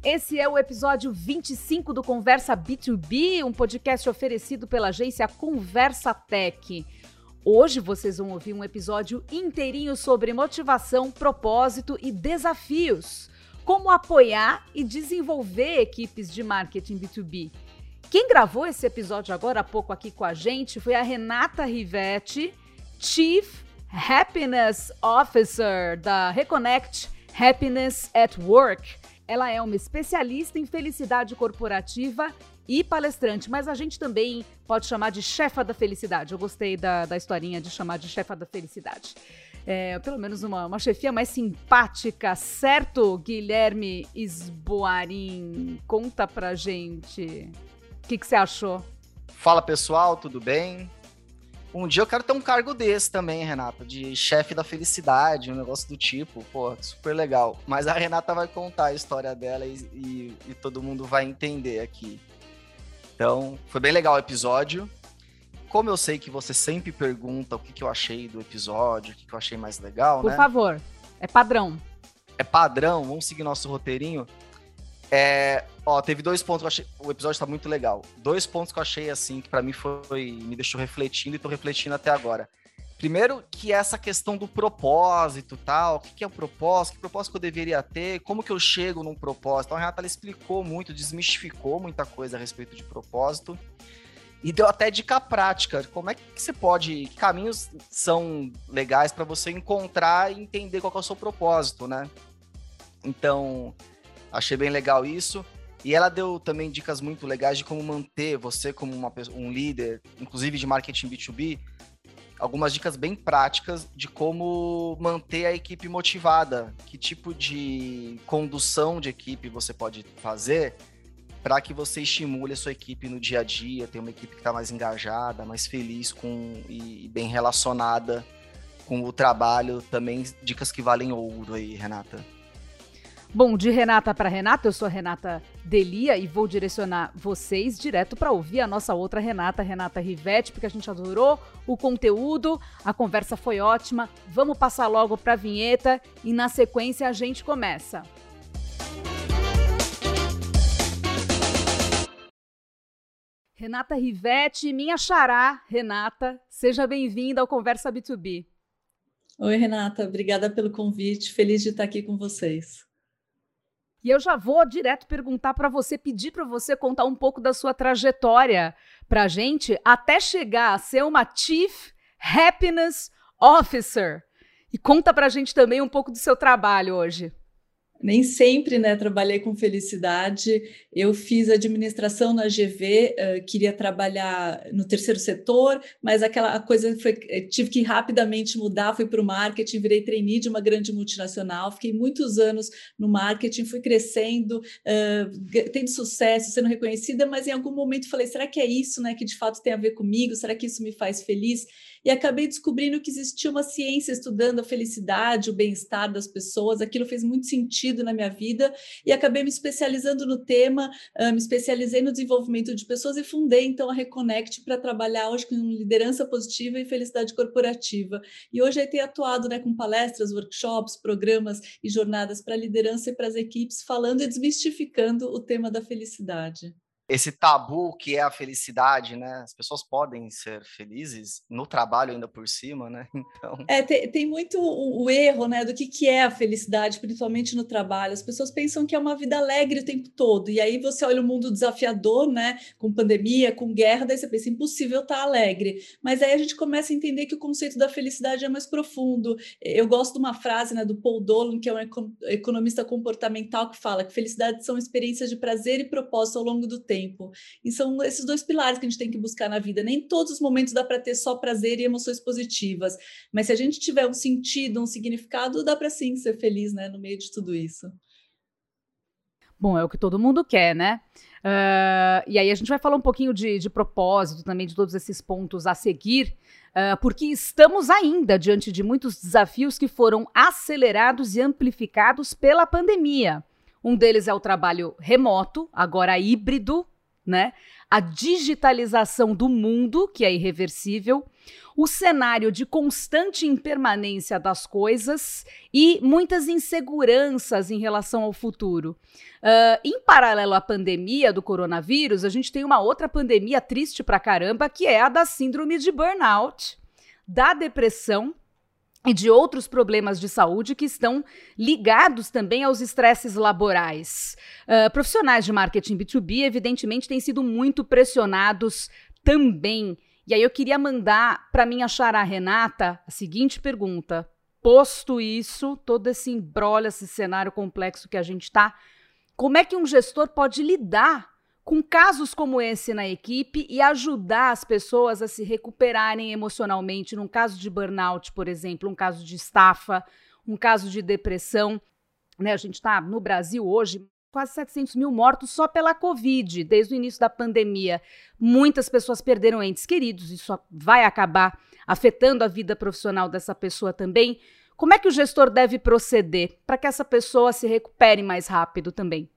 esse é o episódio 25 do Conversa B2B, um podcast oferecido pela agência Conversa Tech. Hoje vocês vão ouvir um episódio inteirinho sobre motivação, propósito e desafios. Como apoiar e desenvolver equipes de marketing B2B. Quem gravou esse episódio agora há pouco aqui com a gente foi a Renata Rivetti, Chief Happiness Officer da Reconnect Happiness at Work. Ela é uma especialista em felicidade corporativa e palestrante, mas a gente também pode chamar de chefa da felicidade. Eu gostei da historinha de chamar de chefa da felicidade. Pelo menos uma chefia mais simpática, certo, Guilherme Esboarin? Conta pra gente. O que você achou? Fala, pessoal, tudo bem? Um dia eu quero ter um cargo desse também, Renata, de chefe da felicidade, um negócio do tipo, pô, super legal. Mas a Renata vai contar a história dela e todo mundo vai entender aqui. Então, foi bem legal o episódio. Como eu sei que você sempre pergunta o que eu achei do episódio, o que eu achei mais legal, né? Por favor, é padrão. É padrão, vamos seguir nosso roteirinho. Teve 2 pontos que eu achei. O episódio tá muito legal. 2 pontos que eu achei, assim, que pra mim me deixou refletindo e tô refletindo até agora. Primeiro, que essa questão do propósito e tal. O que é o propósito? Que propósito que eu deveria ter? Como que eu chego num propósito? Então, a Renata, ela explicou muito, desmistificou muita coisa a respeito de propósito. E deu até dica prática. Como é que você pode... Que caminhos são legais pra você encontrar e entender qual que é o seu propósito, né? Então... Achei bem legal isso. E ela deu também dicas muito legais de como manter você como um líder, inclusive de marketing B2B, algumas dicas bem práticas de como manter a equipe motivada, que tipo de condução de equipe você pode fazer para que você estimule a sua equipe no dia a dia, ter uma equipe que está mais engajada, mais feliz e bem relacionada com o trabalho. Também dicas que valem ouro aí, Renata. Bom, de Renata para Renata, eu sou a Renata Delia e vou direcionar vocês direto para ouvir a nossa outra Renata, Renata Rivetti, porque a gente adorou o conteúdo, a conversa foi ótima. Vamos passar logo para a vinheta e na sequência a gente começa. Renata Rivetti, minha xará, Renata, seja bem-vinda ao Conversa B2B. Oi, Renata, obrigada pelo convite, feliz de estar aqui com vocês. E eu já vou direto perguntar para você, pedir para você contar um pouco da sua trajetória para a gente, até chegar a ser uma Chief Happiness Officer. E conta para a gente também um pouco do seu trabalho hoje. Nem sempre, né, trabalhei com felicidade. Eu fiz administração na GV, queria trabalhar no terceiro setor, mas aquela coisa tive que rapidamente mudar, fui para o marketing, virei trainee de uma grande multinacional, fiquei muitos anos no marketing, fui crescendo, tendo sucesso, sendo reconhecida, mas em algum momento falei, será que é isso, né, que de fato tem a ver comigo? Será que isso me faz feliz? E acabei descobrindo que existia uma ciência estudando a felicidade, o bem-estar das pessoas. Aquilo fez muito sentido na minha vida e acabei me especializando no tema, me especializei no desenvolvimento de pessoas e fundei, então, a Reconnect para trabalhar hoje com liderança positiva e felicidade corporativa. E hoje eu tenho atuado, né, com palestras, workshops, programas e jornadas para a liderança e para as equipes, falando e desmistificando o tema da felicidade. Esse tabu que é a felicidade, né? As pessoas podem ser felizes no trabalho ainda por cima, né? Então... Tem muito o erro, né, do que é a felicidade, principalmente no trabalho. As pessoas pensam que é uma vida alegre o tempo todo, e aí você olha o mundo desafiador, né, com pandemia, com guerra, daí você pensa, impossível estar alegre. Mas aí a gente começa a entender que o conceito da felicidade é mais profundo. Eu gosto de uma frase, né, do Paul Dolan, que é um economista comportamental, que fala que felicidade são experiências de prazer e propósito ao longo do tempo. E são esses 2 pilares que a gente tem que buscar na vida. Nem todos os momentos dá para ter só prazer e emoções positivas, mas se a gente tiver um sentido, um significado, dá para sim ser feliz, né, no meio de tudo isso. Bom, é o que todo mundo quer, né? E aí a gente vai falar um pouquinho de propósito também, de todos esses pontos a seguir, porque estamos ainda diante de muitos desafios que foram acelerados e amplificados pela pandemia. Um deles é o trabalho remoto, agora híbrido, né? A digitalização do mundo, que é irreversível, o cenário de constante impermanência das coisas e muitas inseguranças em relação ao futuro. Em paralelo à pandemia do coronavírus, a gente tem uma outra pandemia triste pra caramba, que é a da síndrome de burnout, da depressão e de outros problemas de saúde que estão ligados também aos estresses laborais. Profissionais de marketing B2B, evidentemente, têm sido muito pressionados também. E aí eu queria mandar para minha xará Renata a seguinte pergunta. Posto isso, todo esse imbróglio, esse cenário complexo que a gente está, como é que um gestor pode lidar com casos como esse na equipe e ajudar as pessoas a se recuperarem emocionalmente, num caso de burnout, por exemplo, um caso de estafa, um caso de depressão, né? A gente está no Brasil hoje, quase 700 mil mortos só pela Covid, desde o início da pandemia. Muitas pessoas perderam entes queridos, isso vai acabar afetando a vida profissional dessa pessoa também. Como é que o gestor deve proceder para que essa pessoa se recupere mais rápido também?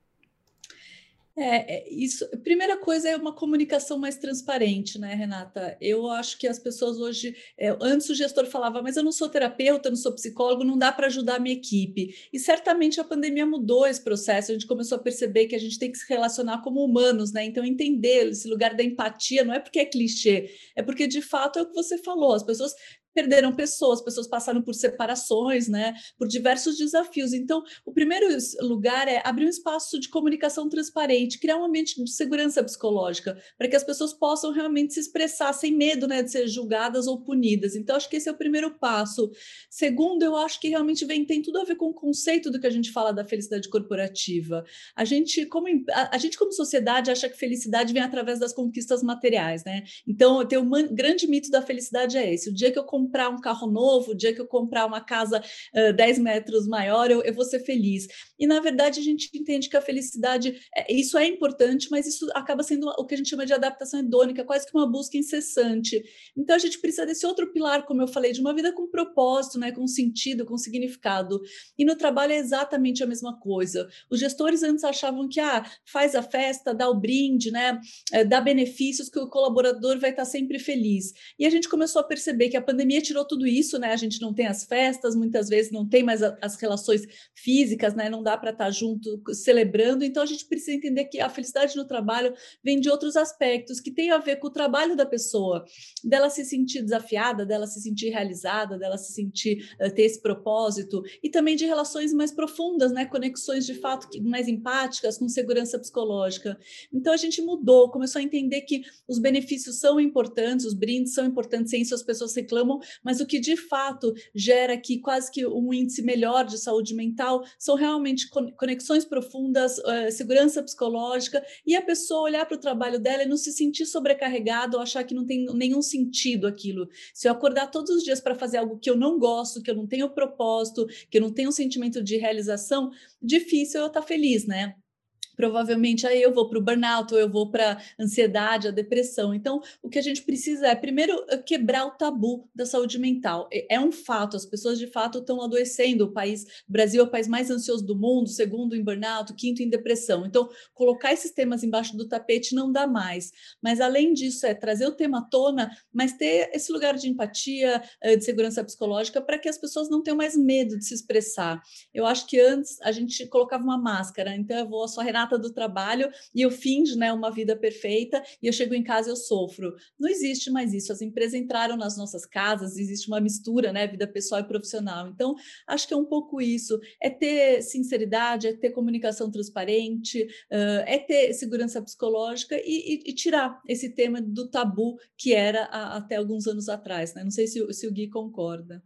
Isso. A primeira coisa é uma comunicação mais transparente, né, Renata? Eu acho que as pessoas hoje, antes o gestor falava, mas eu não sou terapeuta, não sou psicólogo, não dá para ajudar a minha equipe. E certamente a pandemia mudou esse processo, a gente começou a perceber que a gente tem que se relacionar como humanos, né? Então, entender esse lugar da empatia não é porque é clichê, é porque de fato é o que você falou, as pessoas perderam pessoas passaram por separações, né, por diversos desafios. Então, o primeiro lugar é abrir um espaço de comunicação transparente, criar um ambiente de segurança psicológica, para que as pessoas possam realmente se expressar sem medo, né, de ser julgadas ou punidas. Então, acho que esse é o primeiro passo. Segundo, eu acho que realmente tem tudo a ver com o conceito do que a gente fala da felicidade corporativa. A gente, como sociedade, acha que felicidade vem através das conquistas materiais, né? Então, tem um grande mito da felicidade é esse. O dia que eu comprar um carro novo, o dia que eu comprar uma casa 10 metros maior, eu vou ser feliz. E, na verdade, a gente entende que a felicidade, isso é importante, mas isso acaba sendo o que a gente chama de adaptação hedônica, quase que uma busca incessante. Então, a gente precisa desse outro pilar, como eu falei, de uma vida com propósito, né, com sentido, com significado. E no trabalho é exatamente a mesma coisa. Os gestores antes achavam que faz a festa, dá o brinde, né, dá benefícios, que o colaborador vai estar sempre feliz. E a gente começou a perceber que a pandemia tirou tudo isso, né? A gente não tem as festas, muitas vezes não tem mais as relações físicas, né? Não dá para estar junto celebrando. Então a gente precisa entender que a felicidade no trabalho vem de outros aspectos que tem a ver com o trabalho da pessoa, dela se sentir desafiada, dela se sentir realizada, dela se sentir ter esse propósito, e também de relações mais profundas, né? Conexões de fato mais empáticas, com segurança psicológica. Então a gente mudou, começou a entender que os benefícios são importantes, os brindes são importantes, sem isso as pessoas reclamam, mas o que de fato gera aqui quase que um índice melhor de saúde mental são realmente conexões profundas, segurança psicológica, e a pessoa olhar para o trabalho dela e não se sentir sobrecarregada ou achar que não tem nenhum sentido aquilo. Se eu acordar todos os dias para fazer algo que eu não gosto, que eu não tenho propósito, que eu não tenho um sentimento de realização, difícil eu estar feliz, né? Provavelmente aí eu vou para o burnout, ou eu vou para a ansiedade, a depressão. Então, o que a gente precisa é, primeiro, quebrar o tabu da saúde mental. É um fato, as pessoas de fato estão adoecendo. O Brasil é o país mais ansioso do mundo, segundo em burnout, quinto em depressão. Então, colocar esses temas embaixo do tapete não dá mais. Mas, além disso, é trazer o tema à tona, mas ter esse lugar de empatia, de segurança psicológica, para que as pessoas não tenham mais medo de se expressar. Eu acho que antes a gente colocava uma máscara, então eu sou a Renata do trabalho e eu finjo, né, uma vida perfeita, e eu chego em casa e eu sofro. Não existe mais isso. As empresas entraram nas nossas casas, existe uma mistura, né, vida pessoal e profissional. Então, acho que é um pouco isso. É ter sinceridade, é ter comunicação transparente, é ter segurança psicológica e tirar esse tema do tabu que era até alguns anos atrás, né? Não sei se o Gui concorda.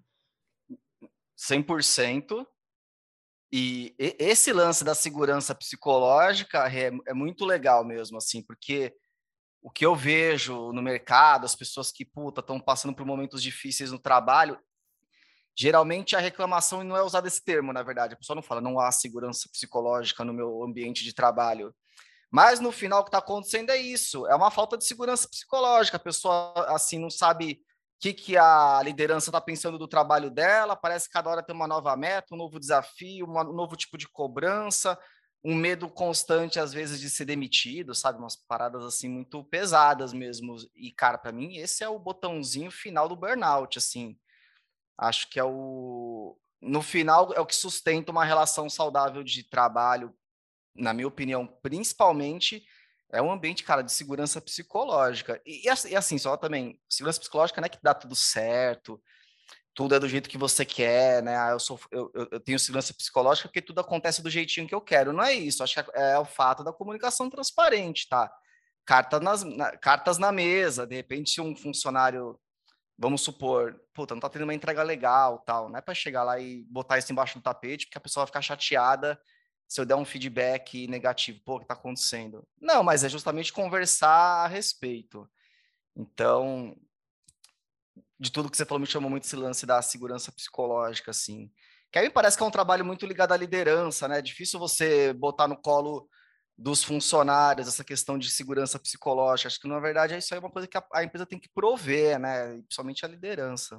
100%. E esse lance da segurança psicológica é muito legal mesmo, assim, porque o que eu vejo no mercado, as pessoas que, estão passando por momentos difíceis no trabalho, geralmente a reclamação não é usada esse termo, na verdade. A pessoa não fala, não há segurança psicológica no meu ambiente de trabalho. Mas, no final, o que está acontecendo é isso. É uma falta de segurança psicológica. A pessoa, assim, não sabe o que a liderança está pensando do trabalho dela. Parece que cada hora tem uma nova meta, um novo desafio, um novo tipo de cobrança, um medo constante, às vezes, de ser demitido, sabe? Umas paradas, assim, muito pesadas mesmo. E, cara, para mim, esse é o botãozinho final do burnout, assim. Acho que no final, é o que sustenta uma relação saudável de trabalho, na minha opinião, principalmente, é um ambiente, cara, de segurança psicológica. E assim, só também, segurança psicológica não é que dá tudo certo, tudo é do jeito que você quer, né? Eu tenho segurança psicológica porque tudo acontece do jeitinho que eu quero. Não é isso, acho que é o fato da comunicação transparente, tá? Cartas na mesa, de repente, se um funcionário, vamos supor, puta, não tá tendo uma entrega legal, tal, não é para chegar lá e botar isso embaixo do tapete, porque a pessoa vai ficar chateada se eu der um feedback negativo, pô, o que tá acontecendo? Não, mas é justamente conversar a respeito. Então, de tudo que você falou, me chamou muito esse lance da segurança psicológica, assim. Que aí me parece que é um trabalho muito ligado à liderança, né? É difícil você botar no colo dos funcionários essa questão de segurança psicológica. Acho que, na verdade, isso aí é uma coisa que a empresa tem que prover, né? E principalmente a liderança.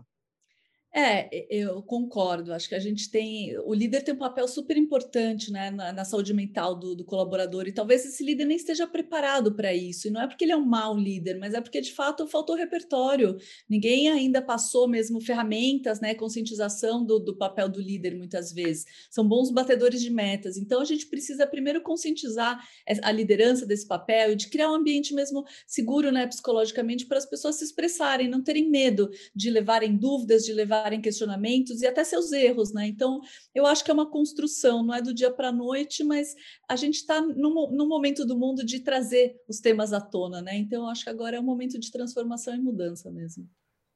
Eu concordo. Acho que o líder tem um papel super importante, né, na saúde mental do colaborador, e talvez esse líder nem esteja preparado para isso. E não é porque ele é um mau líder, mas é porque de fato faltou repertório. Ninguém ainda passou mesmo ferramentas, né, conscientização do papel do líder, muitas vezes. São bons batedores de metas. Então a gente precisa primeiro conscientizar a liderança desse papel e de criar um ambiente mesmo seguro, né, psicologicamente, para as pessoas se expressarem, não terem medo de levarem dúvidas, de levarem questionamentos e até seus erros, né? Então, eu acho que é uma construção, não é do dia para a noite, mas a gente está num momento do mundo de trazer os temas à tona, né? Então, eu acho que agora é um momento de transformação e mudança mesmo.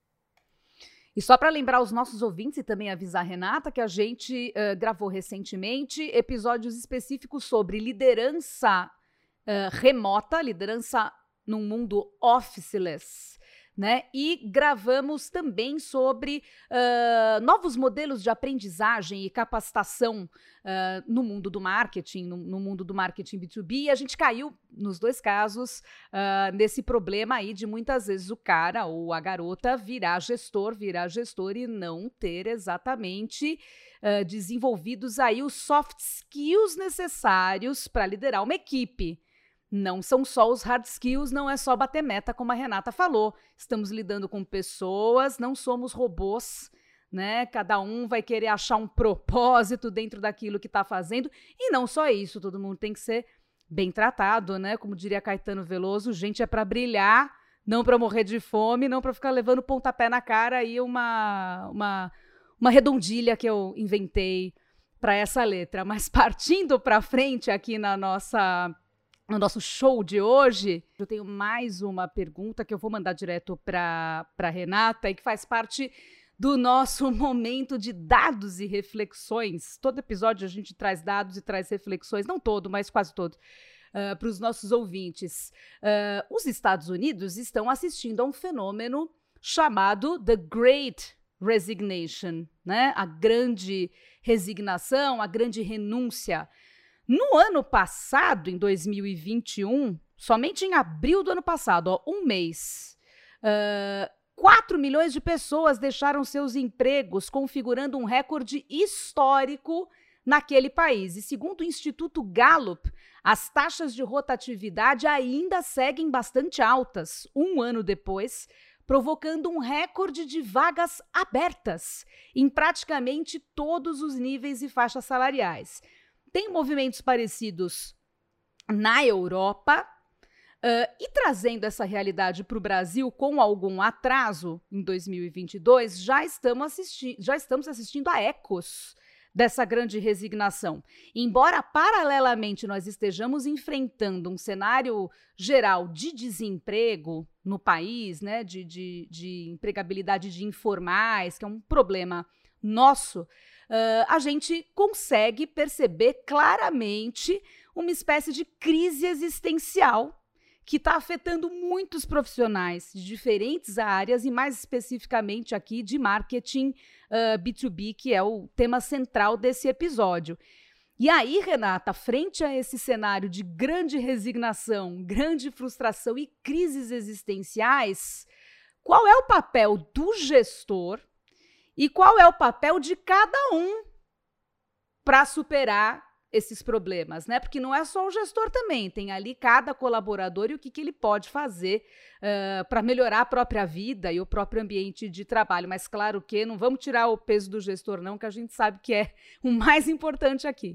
E só para lembrar os nossos ouvintes e também avisar a Renata que a gente gravou recentemente episódios específicos sobre liderança remota, liderança num mundo officeless, né? E gravamos também sobre novos modelos de aprendizagem e capacitação no mundo do marketing, no mundo do marketing B2B, e a gente caiu, nos dois casos, nesse problema aí de muitas vezes o cara ou a garota virar gestor e não ter exatamente desenvolvidos aí os soft skills necessários para liderar uma equipe. Não são só os hard skills, não é só bater meta, como a Renata falou. Estamos lidando com pessoas, não somos robôs, né? Cada um vai querer achar um propósito dentro daquilo que está fazendo. E não só isso, todo mundo tem que ser bem tratado, né? Como diria Caetano Veloso, gente é para brilhar, não para morrer de fome, não para ficar levando pontapé na cara e uma redondilha que eu inventei para essa letra. Mas partindo para frente aqui no nosso show de hoje, eu tenho mais uma pergunta que eu vou mandar direto para Renata e que faz parte do nosso momento de dados e reflexões. Todo episódio a gente traz dados e traz reflexões, não todo, mas quase todo, para os nossos ouvintes. Os Estados Unidos estão assistindo a um fenômeno chamado The Great Resignation, né? A grande resignação, a grande renúncia. No ano passado, em 2021, somente em abril do ano passado, um mês, 4 milhões de pessoas deixaram seus empregos, configurando um recorde histórico naquele país. E segundo o Instituto Gallup, as taxas de rotatividade ainda seguem bastante altas, um ano depois, provocando um recorde de vagas abertas em praticamente todos os níveis e faixas salariais. Tem movimentos parecidos na Europa e trazendo essa realidade para o Brasil com algum atraso em 2022, já estamos assistindo a ecos dessa grande resignação. Embora paralelamente nós estejamos enfrentando um cenário geral de desemprego no país, né, de empregabilidade de informais, que é um problema nosso, a gente consegue perceber claramente uma espécie de crise existencial que está afetando muitos profissionais de diferentes áreas e mais especificamente aqui de marketing B2B, que é o tema central desse episódio. E aí, Renata, frente a esse cenário de grande resignação, grande frustração e crises existenciais, qual é o papel do gestor e qual é o papel de cada um para superar esses problemas, né? Porque não é só o gestor também, tem ali cada colaborador e o que ele pode fazer para melhorar a própria vida e o próprio ambiente de trabalho. Mas claro que não vamos tirar o peso do gestor não, que a gente sabe que é o mais importante aqui.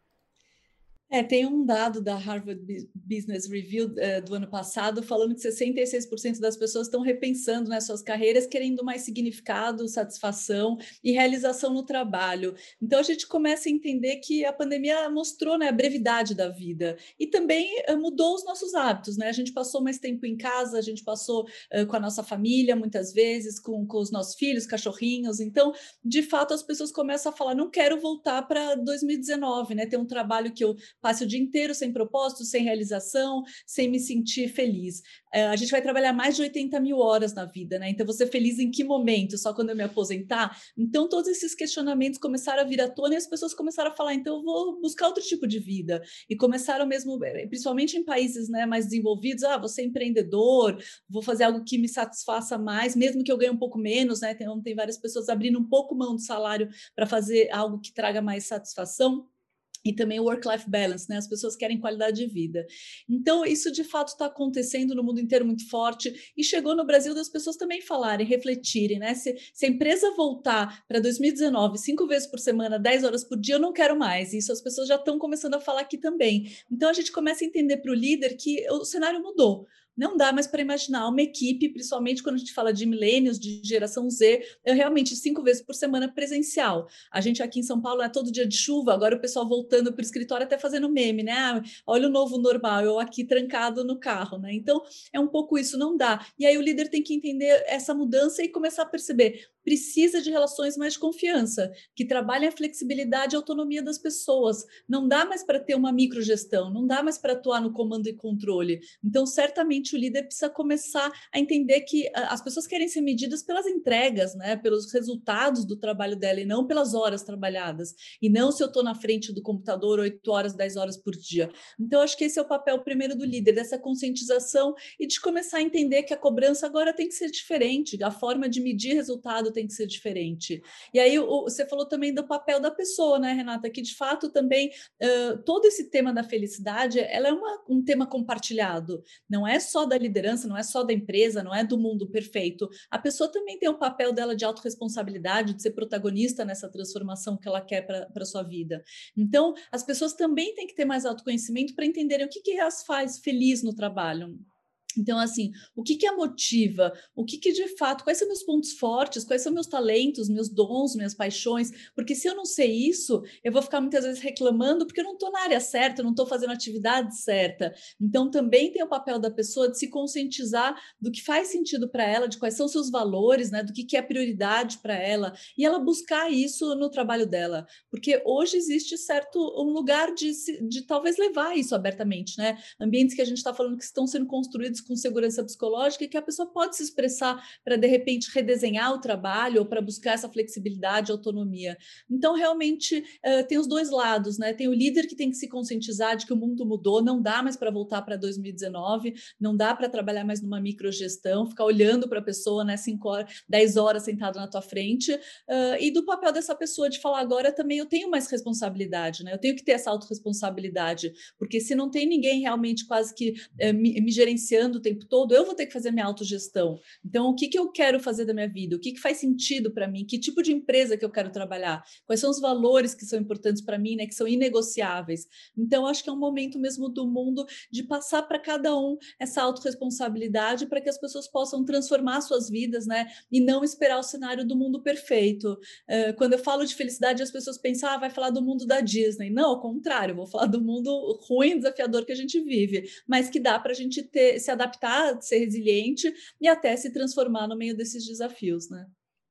Tem um dado da Harvard Business Review do ano passado falando que 66% das pessoas estão repensando, né, suas carreiras, querendo mais significado, satisfação e realização no trabalho. Então, a gente começa a entender que a pandemia mostrou, né, a brevidade da vida e também mudou os nossos hábitos, né? A gente passou mais tempo em casa, a gente passou com a nossa família, muitas vezes, com os nossos filhos, cachorrinhos. Então, de fato, as pessoas começam a falar, não quero voltar para 2019, né? Ter um trabalho que eu passe o dia inteiro sem propósito, sem realização, sem me sentir feliz. A gente vai trabalhar mais de 80 mil horas na vida, né? Então, você feliz em que momento? Só quando eu me aposentar? Então, todos esses questionamentos começaram a vir à tona e as pessoas começaram a falar, então eu vou buscar outro tipo de vida. E começaram mesmo, principalmente em países, né, mais desenvolvidos, vou ser empreendedor, vou fazer algo que me satisfaça mais, mesmo que eu ganhe um pouco menos, né? Tem várias pessoas abrindo um pouco mão do salário para fazer algo que traga mais satisfação. E também o work-life balance, né? As pessoas querem qualidade de vida. Então, isso de fato está acontecendo no mundo inteiro muito forte e chegou no Brasil das pessoas também falarem, refletirem, né? Se a empresa voltar para 2019, 5 vezes por semana, 10 horas por dia, eu não quero mais. Isso as pessoas já estão começando a falar aqui também. Então, a gente começa a entender para o líder que o cenário mudou. Não dá mais para imaginar uma equipe, principalmente quando a gente fala de millennials, de geração Z, realmente 5 vezes por semana presencial. A gente aqui em São Paulo é todo dia de chuva, agora o pessoal voltando para o escritório até fazendo meme, né? Olha o novo normal, eu aqui trancado no carro, né? Então, é um pouco isso, não dá. E aí o líder tem que entender essa mudança e começar a perceber, precisa de relações mais de confiança, que trabalhem a flexibilidade e a autonomia das pessoas. Não dá mais para ter uma microgestão, não dá mais para atuar no comando e controle. Então, certamente o líder precisa começar a entender que as pessoas querem ser medidas pelas entregas, né? Pelos resultados do trabalho dela e não pelas horas trabalhadas. E não se eu estou na frente do computador 8 horas, 10 horas por dia. Então, acho que esse é o papel primeiro do líder, dessa conscientização e de começar a entender que a cobrança agora tem que ser diferente, a forma de medir resultado tem que ser diferente. E aí você falou também do papel da pessoa, né, Renata? Que de fato também todo esse tema da felicidade, ela é um tema compartilhado. Não é só da liderança, não é só da empresa, não é do mundo perfeito. A pessoa também tem o papel dela de autorresponsabilidade, de ser protagonista nessa transformação que ela quer para a sua vida. Então, as pessoas também têm que ter mais autoconhecimento para entenderem o que as faz feliz no trabalho. Então, assim, o que a motiva? O que de fato, quais são meus pontos fortes? Quais são meus talentos, meus dons, minhas paixões? Porque se eu não sei isso, eu vou ficar muitas vezes reclamando porque eu não estou na área certa, eu não estou fazendo a atividade certa. Então, também tem o papel da pessoa de se conscientizar do que faz sentido para ela, de quais são seus valores, né? Do que é prioridade para ela, e ela buscar isso no trabalho dela. Porque hoje existe um lugar de talvez levar isso abertamente, né? Ambientes que a gente está falando que estão sendo construídos com segurança psicológica e que a pessoa pode se expressar para, de repente, redesenhar o trabalho ou para buscar essa flexibilidade, autonomia. Então, realmente, tem os dois lados, né? Tem o líder que tem que se conscientizar de que o mundo mudou, não dá mais para voltar para 2019, não dá para trabalhar mais numa microgestão, ficar olhando para a pessoa, né, 5 horas, 10 horas sentado na tua frente, e do papel dessa pessoa de falar, agora também eu tenho mais responsabilidade, né? Eu tenho que ter essa autorresponsabilidade, porque se não tem ninguém realmente quase que me gerenciando o tempo todo, eu vou ter que fazer minha autogestão. Então, o que eu quero fazer da minha vida? O que faz sentido para mim? Que tipo de empresa que eu quero trabalhar? Quais são os valores que são importantes para mim, né? Que são inegociáveis? Então, acho que é um momento mesmo do mundo de passar para cada um essa autorresponsabilidade para que as pessoas possam transformar suas vidas, né? E não esperar o cenário do mundo perfeito. Quando eu falo de felicidade, as pessoas pensam, vai falar do mundo da Disney. Não, ao contrário, eu vou falar do mundo ruim, desafiador que a gente vive, mas que dá para a gente se adaptar, ser resiliente e até se transformar no meio desses desafios, né?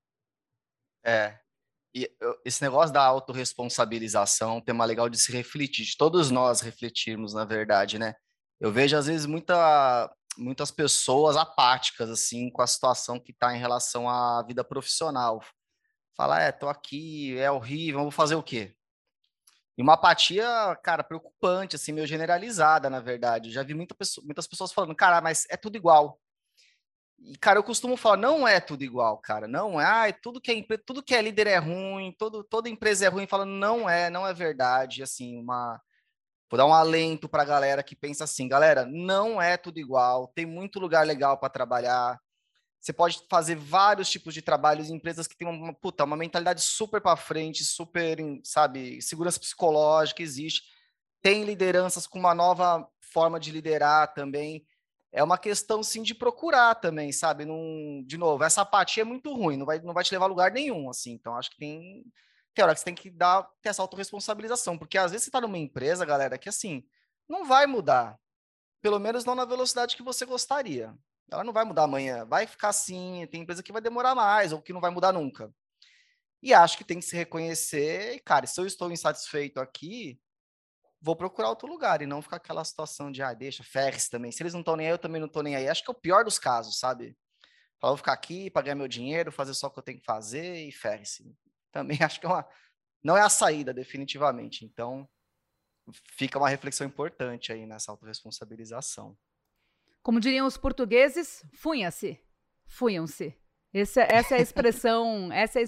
E esse negócio da autorresponsabilização é um tema legal de se refletir, de todos nós refletirmos, na verdade, né? Eu vejo, às vezes, muitas pessoas apáticas, assim, com a situação que está em relação à vida profissional. Fala, tô aqui, é horrível, vou fazer o quê? E uma apatia, cara, preocupante, assim, meio generalizada, na verdade. Já vi muitas pessoas falando, cara, mas é tudo igual. E, cara, eu costumo falar, não é tudo igual, cara. Não é, tudo que é líder é ruim, toda empresa é ruim. Fala, não é verdade. Assim, vou dar um alento para a galera que pensa assim, galera, não é tudo igual. Tem muito lugar legal para trabalhar. Você pode fazer vários tipos de trabalhos em empresas que têm uma mentalidade super para frente, super, sabe, segurança psicológica existe. Tem lideranças com uma nova forma de liderar também. É uma questão, sim, de procurar também, sabe? De novo, essa apatia é muito ruim, não vai te levar a lugar nenhum, assim. Então, acho que tem hora que você tem que ter essa autorresponsabilização, porque às vezes você está numa empresa, galera, que, assim, não vai mudar. Pelo menos não na velocidade que você gostaria. Ela não vai mudar amanhã, vai ficar assim, tem empresa que vai demorar mais, ou que não vai mudar nunca. E acho que tem que se reconhecer, e, cara, se eu estou insatisfeito aqui, vou procurar outro lugar e não ficar aquela situação de, deixa, ferre-se também. Se eles não estão nem aí, eu também não estou nem aí. Acho que é o pior dos casos, sabe? Falar, vou ficar aqui, pagar meu dinheiro, fazer só o que eu tenho que fazer e ferre-se. Também acho que não é a saída, definitivamente. Então, fica uma reflexão importante aí nessa autorresponsabilização. Como diriam os portugueses, funha-se, funham-se. Essa é a expressão,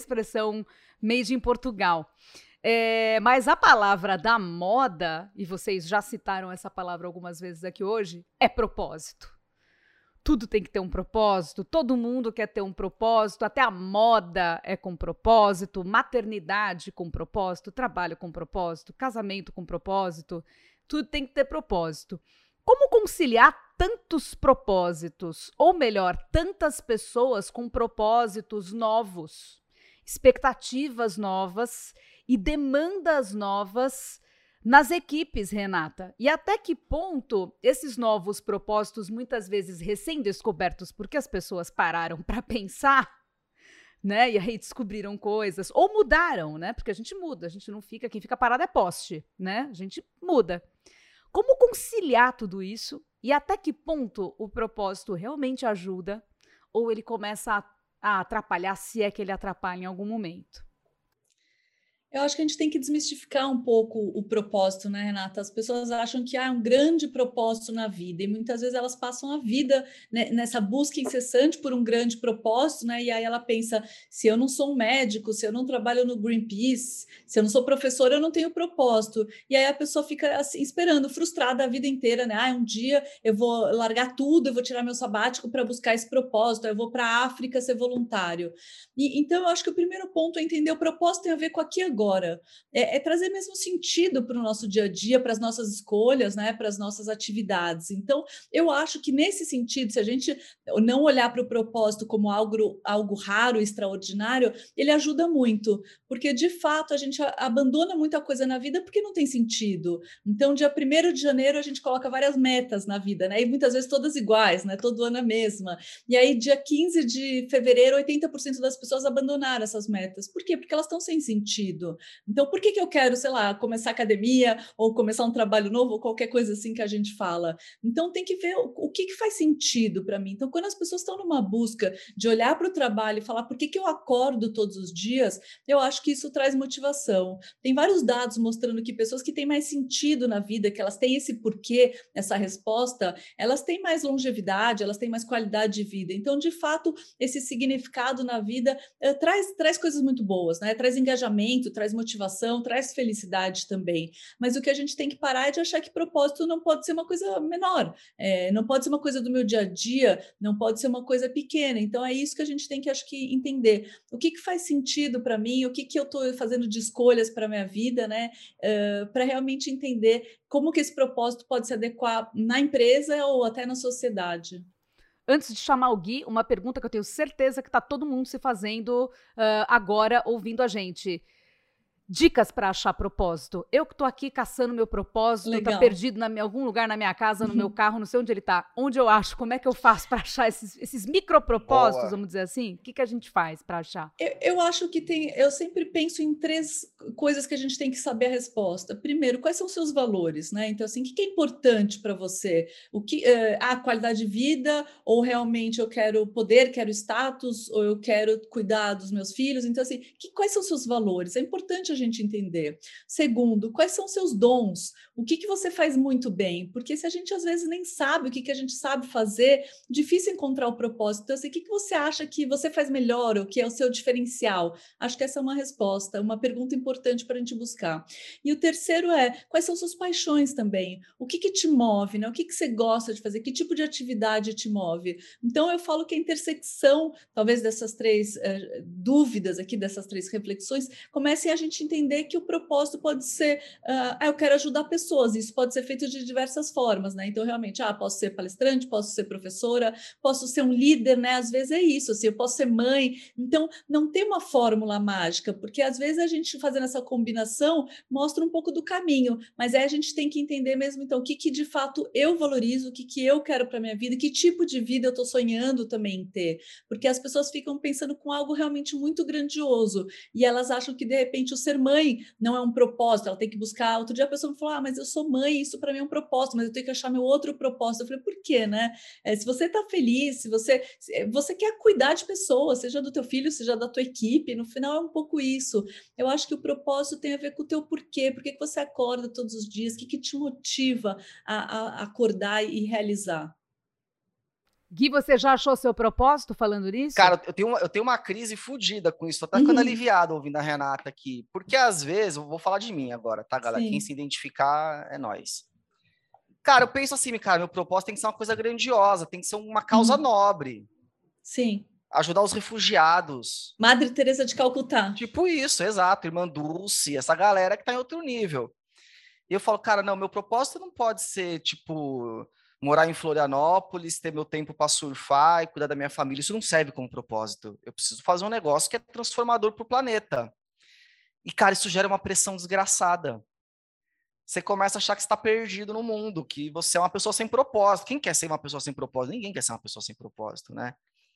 made in Portugal. Mas a palavra da moda, e vocês já citaram essa palavra algumas vezes aqui hoje, é propósito. Tudo tem que ter um propósito, todo mundo quer ter um propósito, até a moda é com propósito, maternidade com propósito, trabalho com propósito, casamento com propósito, tudo tem que ter propósito. Como conciliar tantos propósitos, ou melhor, tantas pessoas com propósitos novos, expectativas novas e demandas novas nas equipes, Renata? E até que ponto esses novos propósitos, muitas vezes recém-descobertos, porque as pessoas pararam para pensar, né? E aí descobriram coisas, ou mudaram, né? Porque a gente muda, a gente não fica, quem fica parado é poste, né? A gente muda. Como conciliar tudo isso e até que ponto o propósito realmente ajuda ou ele começa a atrapalhar, se é que ele atrapalha em algum momento? Eu acho que a gente tem que desmistificar um pouco o propósito, né, Renata? As pessoas acham que há um grande propósito na vida e muitas vezes elas passam a vida, né, nessa busca incessante por um grande propósito, né? E aí ela pensa: se eu não sou um médico, se eu não trabalho no Greenpeace, se eu não sou professora, eu não tenho propósito. E aí a pessoa fica assim, esperando, frustrada a vida inteira, né? Um dia eu vou largar tudo, eu vou tirar meu sabático para buscar esse propósito, eu vou para a África ser voluntário. Então eu acho que o primeiro ponto é entender o propósito tem a ver com aqui agora. É trazer mesmo sentido para o nosso dia a dia, para as nossas escolhas, né, para as nossas atividades. Então, eu acho que nesse sentido, se a gente não olhar para o propósito como algo raro, extraordinário, ele ajuda muito, porque de fato a gente abandona muita coisa na vida porque não tem sentido. Então, dia 1º de janeiro, a gente coloca várias metas na vida, né? E muitas vezes todas iguais, né? Todo ano a mesma. E aí, dia 15 de fevereiro, 80% das pessoas abandonaram essas metas. Por quê? Porque elas estão sem sentido. Então, por que eu quero, sei lá, começar academia ou começar um trabalho novo ou qualquer coisa assim que a gente fala? Então, tem que ver o que faz sentido para mim. Então, quando as pessoas estão numa busca de olhar para o trabalho e falar por que eu acordo todos os dias, eu acho que isso traz motivação. Tem vários dados mostrando que pessoas que têm mais sentido na vida, que elas têm esse porquê, essa resposta, elas têm mais longevidade, elas têm mais qualidade de vida. Então, de fato, esse significado na vida traz coisas muito boas, né? Traz engajamento, traz motivação, traz felicidade também. Mas o que a gente tem que parar é de achar que propósito não pode ser uma coisa menor, não pode ser uma coisa do meu dia a dia, não pode ser uma coisa pequena. Então é isso que a gente tem que, acho que, entender. O que faz sentido para mim, o que eu estou fazendo de escolhas para a minha vida, né? Para realmente entender como que esse propósito pode se adequar na empresa ou até na sociedade. Antes de chamar o Gui, uma pergunta que eu tenho certeza que está todo mundo se fazendo agora, ouvindo a gente. Dicas para achar propósito. Eu que estou aqui caçando meu propósito, está perdido em algum lugar na minha casa, no meu carro, não sei onde ele está. Onde eu acho? Como é que eu faço para achar esses micropropósitos, vamos dizer assim? O que a gente faz para achar? Eu acho que eu sempre penso em 3 coisas que a gente tem que saber a resposta. Primeiro, quais são os seus valores, né? Então, assim, o que é importante para você? A qualidade de vida, ou realmente eu quero poder, quero status, ou eu quero cuidar dos meus filhos? Então, assim, quais são os seus valores? É importante a a gente entender. Segundo, quais são seus dons? O que você faz muito bem? Porque se a gente às vezes nem sabe o que a gente sabe fazer, difícil encontrar o propósito. Então, assim, o que você acha que você faz melhor, ou que é o seu diferencial? Acho que essa é uma resposta, uma pergunta importante para a gente buscar. E o terceiro é, quais são suas paixões também? O que te move, né? O que você gosta de fazer? Que tipo de atividade te move? Então, eu falo que a intersecção, talvez, dessas três dúvidas aqui, dessas três reflexões, comecem a gente entender que o propósito pode ser, eu quero ajudar pessoas, isso pode ser feito de diversas formas, né? Então, realmente, posso ser palestrante, posso ser professora, posso ser um líder, né? Às vezes é isso, assim, eu posso ser mãe. Então, não tem uma fórmula mágica, porque às vezes a gente fazendo essa combinação mostra um pouco do caminho, mas aí a gente tem que entender mesmo, então, o que de fato eu valorizo, o que eu quero para minha vida, que tipo de vida eu estou sonhando também em ter, porque as pessoas ficam pensando com algo realmente muito grandioso e elas acham que de repente o ser mãe não é um propósito, ela tem que buscar. Outro dia a pessoa me falou, mas eu sou mãe, isso para mim é um propósito, mas eu tenho que achar meu outro propósito. Eu falei, por quê, né? Se você está feliz, se você quer cuidar de pessoas, seja do teu filho, seja da tua equipe, no final é um pouco isso. Eu acho que o propósito tem a ver com o teu porquê, por que você acorda todos os dias, o que te motiva a acordar e realizar. Gui, você já achou seu propósito falando nisso? Cara, eu tenho uma crise fodida com isso. Tô até ficando aliviado ouvindo a Renata aqui. Porque às vezes, eu vou falar de mim agora, tá, galera? Sim. Quem se identificar é nós. Cara, eu penso assim, cara, meu propósito tem que ser uma coisa grandiosa, tem que ser uma causa nobre. Sim. Ajudar os refugiados. Madre Teresa de Calcutá. Tipo isso, exato. Irmã Dulce, essa galera que tá em outro nível. E eu falo, cara, não, meu propósito não pode ser, tipo, morar em Florianópolis, ter meu tempo para surfar e cuidar da minha família. Isso não serve como propósito. Eu preciso fazer um negócio que é transformador para o planeta. E, cara, isso gera uma pressão desgraçada. Você começa a achar que está perdido no mundo, que você é uma pessoa sem propósito. Quem quer ser uma pessoa sem propósito? Ninguém quer ser uma pessoa sem propósito, né?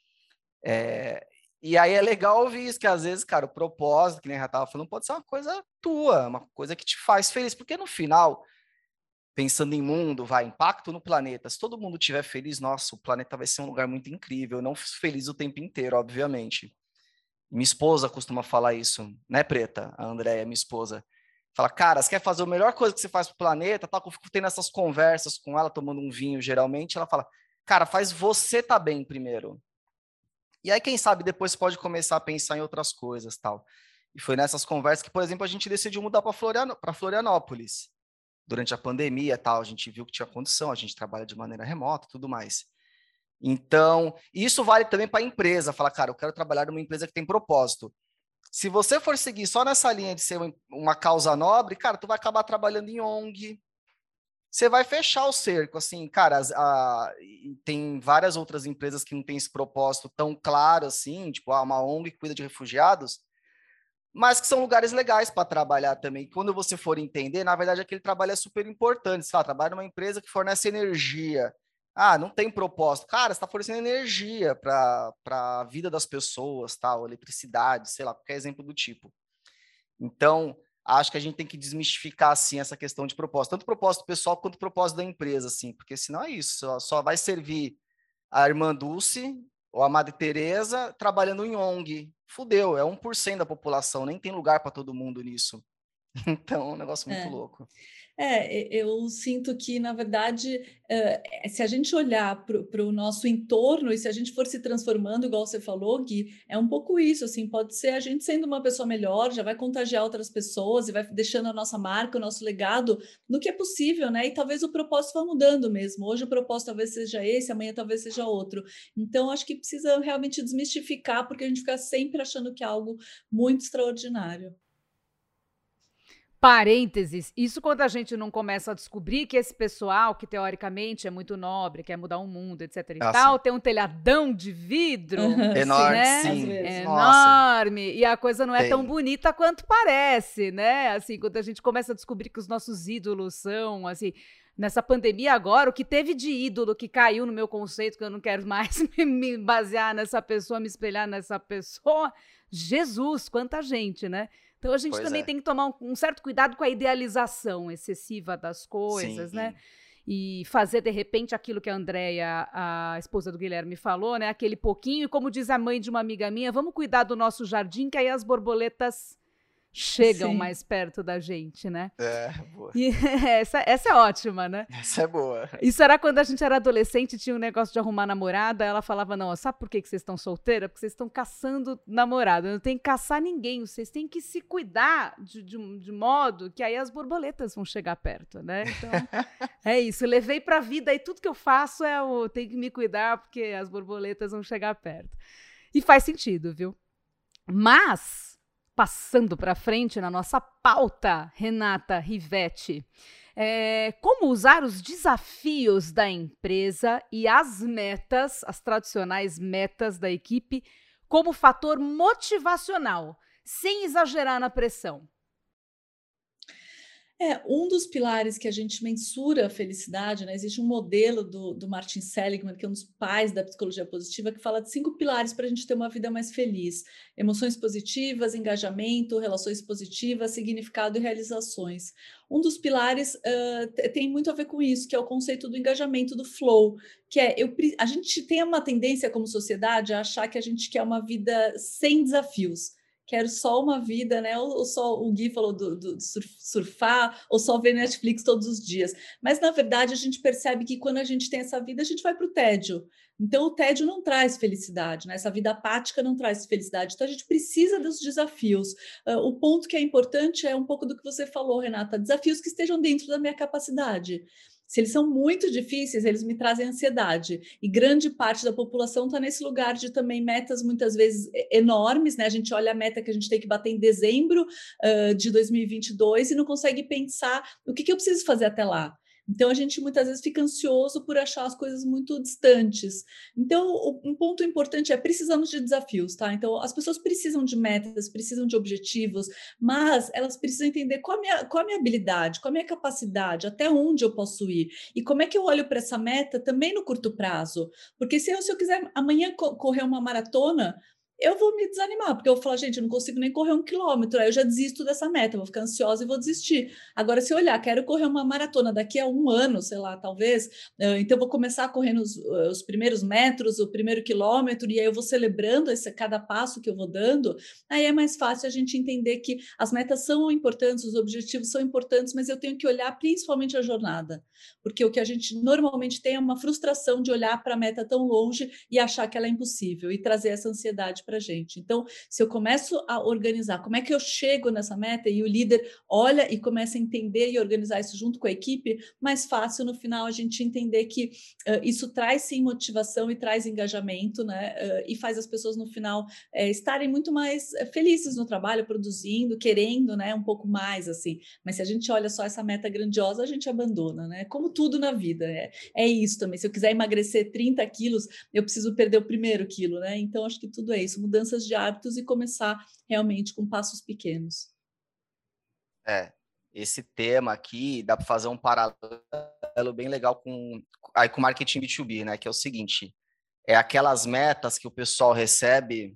E aí é legal ouvir isso, que às vezes, cara, o propósito, que nem já estava falando, pode ser uma coisa tua, uma coisa que te faz feliz. Porque no final, pensando em mundo, impacto no planeta. Se todo mundo estiver feliz, nossa, o planeta vai ser um lugar muito incrível. Não feliz o tempo inteiro, obviamente. Minha esposa costuma falar isso, né, Preta? A Andréia, minha esposa. Fala, cara, você quer fazer a melhor coisa que você faz pro planeta? Tá? Eu fico tendo essas conversas com ela, tomando um vinho, geralmente. Ela fala, cara, faz você tá bem primeiro. E aí, quem sabe, depois pode começar a pensar em outras coisas, tal. E foi nessas conversas que, por exemplo, a gente decidiu mudar para Florianópolis. Durante a pandemia, tal, a gente viu que tinha condição, a gente trabalha de maneira remota, tudo mais. Então, isso vale também para a empresa. Falar, cara, eu quero trabalhar numa empresa que tem propósito. Se você for seguir só nessa linha de ser uma causa nobre, cara, tu vai acabar trabalhando em ONG. Você vai fechar o cerco, assim, cara, tem várias outras empresas que não têm esse propósito tão claro assim, tipo, uma ONG que cuida de refugiados, mas que são lugares legais para trabalhar também. Quando você for entender, na verdade, aquele trabalho é super importante. Você trabalha numa empresa que fornece energia. Não tem propósito. Cara, você está fornecendo energia para a vida das pessoas, tal, eletricidade, sei lá, qualquer exemplo do tipo. Então, acho que a gente tem que desmistificar, assim, essa questão de propósito. Tanto propósito pessoal quanto propósito da empresa, assim, porque senão é isso. Só vai servir a Irmã Dulce ou a Madre Teresa trabalhando em ONG. Fudeu, é 1% da população, nem tem lugar para todo mundo nisso. Então, é um negócio muito louco. Eu sinto que, na verdade, se a gente olhar para o nosso entorno e se a gente for se transformando, igual você falou, Gui, é um pouco isso, assim, pode ser a gente sendo uma pessoa melhor, já vai contagiar outras pessoas e vai deixando a nossa marca, o nosso legado no que é possível, né? E talvez o propósito vá mudando mesmo. Hoje o propósito talvez seja esse, amanhã talvez seja outro. Então, acho que precisa realmente desmistificar, porque a gente fica sempre achando que é algo muito extraordinário. Parênteses, isso quando a gente não começa a descobrir que esse pessoal, que teoricamente é muito nobre, quer mudar o mundo, etc e tal, tem um telhadão de vidro enorme, né? sim. Enorme, e a coisa não é tão bonita quanto parece, né? Assim, quando a gente começa a descobrir que os nossos ídolos são, assim, nessa pandemia agora, o que teve de ídolo que caiu no meu conceito, que eu não quero mais me basear nessa pessoa, me espelhar nessa pessoa, Jesus, quanta gente, né? Então, a gente também tem que tomar um certo cuidado com a idealização excessiva das coisas, né? E fazer, de repente, aquilo que a Andréia, a esposa do Guilherme, falou, né? Aquele pouquinho, e como diz a mãe de uma amiga minha, vamos cuidar do nosso jardim, que aí as borboletas chegam Sim. mais perto da gente, né? Boa. E essa é ótima, né? Essa é boa. Isso era quando a gente era adolescente, tinha um negócio de arrumar namorada, ela falava, não, sabe por que vocês estão solteiras? Porque vocês estão caçando namorada, não tem que caçar ninguém, vocês têm que se cuidar de modo que aí as borboletas vão chegar perto, né? Então, é isso, eu levei pra vida e tudo que eu faço tenho que me cuidar porque as borboletas vão chegar perto. E faz sentido, viu? Mas, passando para frente na nossa pauta, Renata Rivetti, como usar os desafios da empresa e as metas, as tradicionais metas da equipe, como fator motivacional, sem exagerar na pressão? Um dos pilares que a gente mensura a felicidade, né? Existe um modelo do Martin Seligman, que é um dos pais da psicologia positiva, que fala de 5 pilares para a gente ter uma vida mais feliz: emoções positivas, engajamento, relações positivas, significado e realizações. Um dos pilares tem muito a ver com isso, que é o conceito do engajamento, do flow, que a gente tem uma tendência como sociedade a achar que a gente quer uma vida sem desafios. Quero só uma vida, né? Ou só o Gui falou do surfar, ou só ver Netflix todos os dias. Mas, na verdade, a gente percebe que quando a gente tem essa vida, a gente vai para o tédio. Então, o tédio não traz felicidade, né? Essa vida apática não traz felicidade. Então, a gente precisa dos desafios. O ponto que é importante é um pouco do que você falou, Renata: desafios que estejam dentro da minha capacidade. Se eles são muito difíceis, eles me trazem ansiedade. E grande parte da população está nesse lugar de também metas muitas vezes enormes, né? A gente olha a meta que a gente tem que bater em dezembro de 2022 e não consegue pensar o que eu preciso fazer até lá. Então, a gente muitas vezes fica ansioso por achar as coisas muito distantes. Então, um ponto importante é: precisamos de desafios, tá? Então, as pessoas precisam de metas, precisam de objetivos, mas elas precisam entender qual a minha habilidade, qual a minha capacidade, até onde eu posso ir. E como é que eu olho para essa meta também no curto prazo? Porque se eu quiser amanhã correr uma maratona, eu vou me desanimar, porque eu vou falar, gente, eu não consigo nem correr 1 quilômetro, aí eu já desisto dessa meta, eu vou ficar ansiosa e vou desistir. Agora, se eu olhar, quero correr uma maratona daqui a 1 ano, sei lá, talvez, então eu vou começar a correr os primeiros metros, o primeiro quilômetro, e aí eu vou celebrando cada passo que eu vou dando, aí é mais fácil a gente entender que as metas são importantes, os objetivos são importantes, mas eu tenho que olhar principalmente a jornada, porque o que a gente normalmente tem é uma frustração de olhar para a meta tão longe e achar que ela é impossível e trazer essa ansiedade para a gente. Então, se eu começo a organizar como é que eu chego nessa meta e o líder olha e começa a entender e organizar isso junto com a equipe, mais fácil no final a gente entender que isso traz sim motivação e traz engajamento, né? E faz as pessoas no final estarem muito mais felizes no trabalho, produzindo, querendo, né? Um pouco mais assim. Mas se a gente olha só essa meta grandiosa, a gente abandona, né? Como tudo na vida, é isso também. Se eu quiser emagrecer 30 quilos, eu preciso perder o primeiro quilo, né? Então, acho que tudo é isso, mudanças de hábitos e começar realmente com passos pequenos. Esse tema aqui dá para fazer um paralelo bem legal com marketing B2B, né? Que é o seguinte: aquelas metas que o pessoal recebe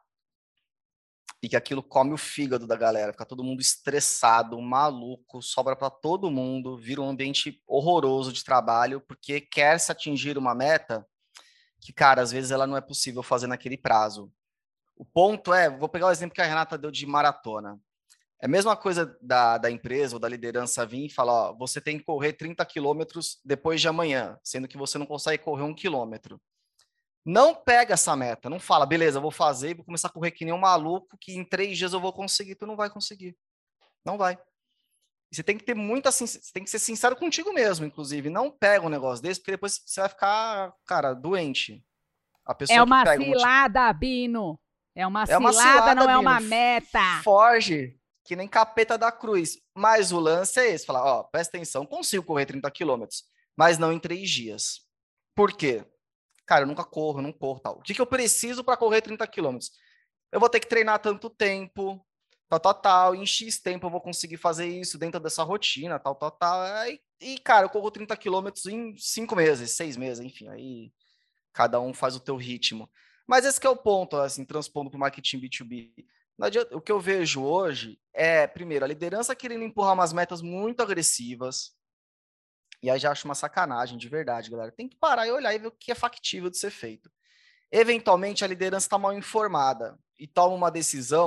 e que aquilo come o fígado da galera, fica todo mundo estressado, maluco, sobra para todo mundo, vira um ambiente horroroso de trabalho, porque quer se atingir uma meta que, cara, às vezes ela não é possível fazer naquele prazo. O ponto vou pegar o exemplo que a Renata deu de maratona. É a mesma coisa da empresa ou da liderança vir e falar: ó, você tem que correr 30 quilômetros depois de amanhã, sendo que você não consegue correr 1 quilômetro. Não pega essa meta, não fala, beleza, eu vou fazer e vou começar a correr que nem um maluco, que em 3 dias eu vou conseguir. Tu não vai conseguir. Não vai. E você tem que ter você tem que ser sincero contigo mesmo, inclusive. Não pega um negócio desse, porque depois você vai ficar, cara, doente. A pessoa É uma que pega cilada, Bino. É uma cilada, cilada, não é Bino. uma meta. Foge, que nem capeta da cruz. Mas o lance é esse, falar, ó, presta atenção, consigo correr 30 quilômetros, mas não em 3 dias. Por quê? Cara, eu nunca corro, não corro, tal. O que eu preciso para correr 30 quilômetros? Eu vou ter que treinar tanto tempo, tal, em X tempo eu vou conseguir fazer isso dentro dessa rotina, tal. E, cara, eu corro 30 quilômetros em 5 meses, 6 meses, enfim, aí cada um faz o teu ritmo. Mas esse que é o ponto, assim, transpondo para o marketing B2B. Não adianta, o que eu vejo hoje é, primeiro, a liderança querendo empurrar umas metas muito agressivas, e aí já acho uma sacanagem, de verdade, galera. Tem que parar e olhar e ver o que é factível de ser feito. Eventualmente, a liderança está mal informada e toma uma decisão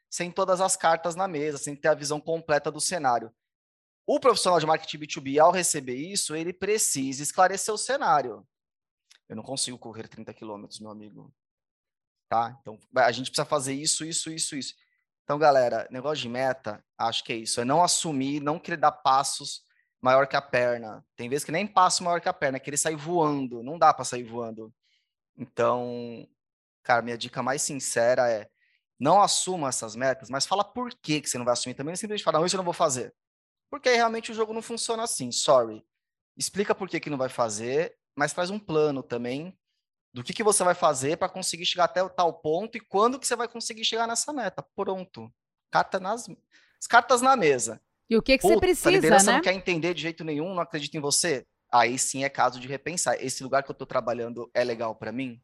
sem todas as cartas na mesa, sem ter a visão completa do cenário. O profissional de marketing B2B, ao receber isso, ele precisa esclarecer o cenário. Eu não consigo correr 30 quilômetros, meu amigo. Tá? Então, a gente precisa fazer isso. Então, galera, negócio de meta, acho que é isso. É não assumir, não querer dar passos maior que a perna. Tem vezes que nem passo maior que a perna, é querer sair voando. Não dá para sair voando. Então, cara, minha dica mais sincera é não assuma essas metas, mas fala por que você não vai assumir também. Não simplesmente fala, não, isso eu não vou fazer. Porque aí realmente o jogo não funciona assim, sorry. Explica por que não vai fazer, mas faz um plano também do que você vai fazer para conseguir chegar até o tal ponto e quando que você vai conseguir chegar nessa meta. Pronto. As cartas na mesa. E o que você precisa, a liderança né? não quer entender de jeito nenhum, não acredita em você? Aí sim é caso de repensar. Esse lugar que eu estou trabalhando é legal para mim?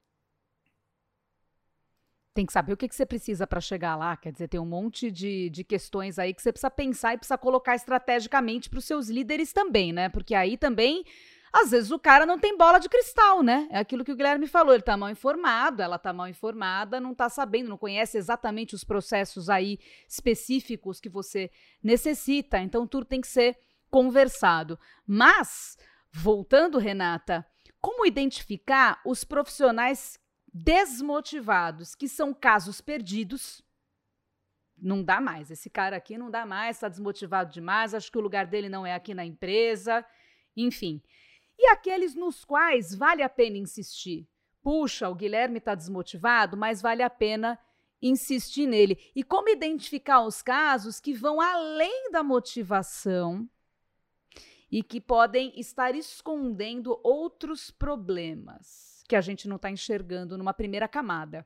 Tem que saber o que você precisa para chegar lá. Quer dizer, tem um monte de questões aí que você precisa pensar e precisa colocar estrategicamente para os seus líderes também, né? Porque aí também, às vezes, o cara não tem bola de cristal, né? É aquilo que o Guilherme falou, ele tá mal informado, ela tá mal informada, não tá sabendo, não conhece exatamente os processos aí específicos que você necessita. Então, tudo tem que ser conversado. Mas, voltando, Renata, como identificar os profissionais desmotivados, que são casos perdidos? Não dá mais, esse cara aqui não dá mais, está desmotivado demais, acho que o lugar dele não é aqui na empresa, enfim. E aqueles nos quais vale a pena insistir? Puxa, o Guilherme está desmotivado, mas vale a pena insistir nele. E como identificar os casos que vão além da motivação e que podem estar escondendo outros problemas que a gente não está enxergando numa primeira camada?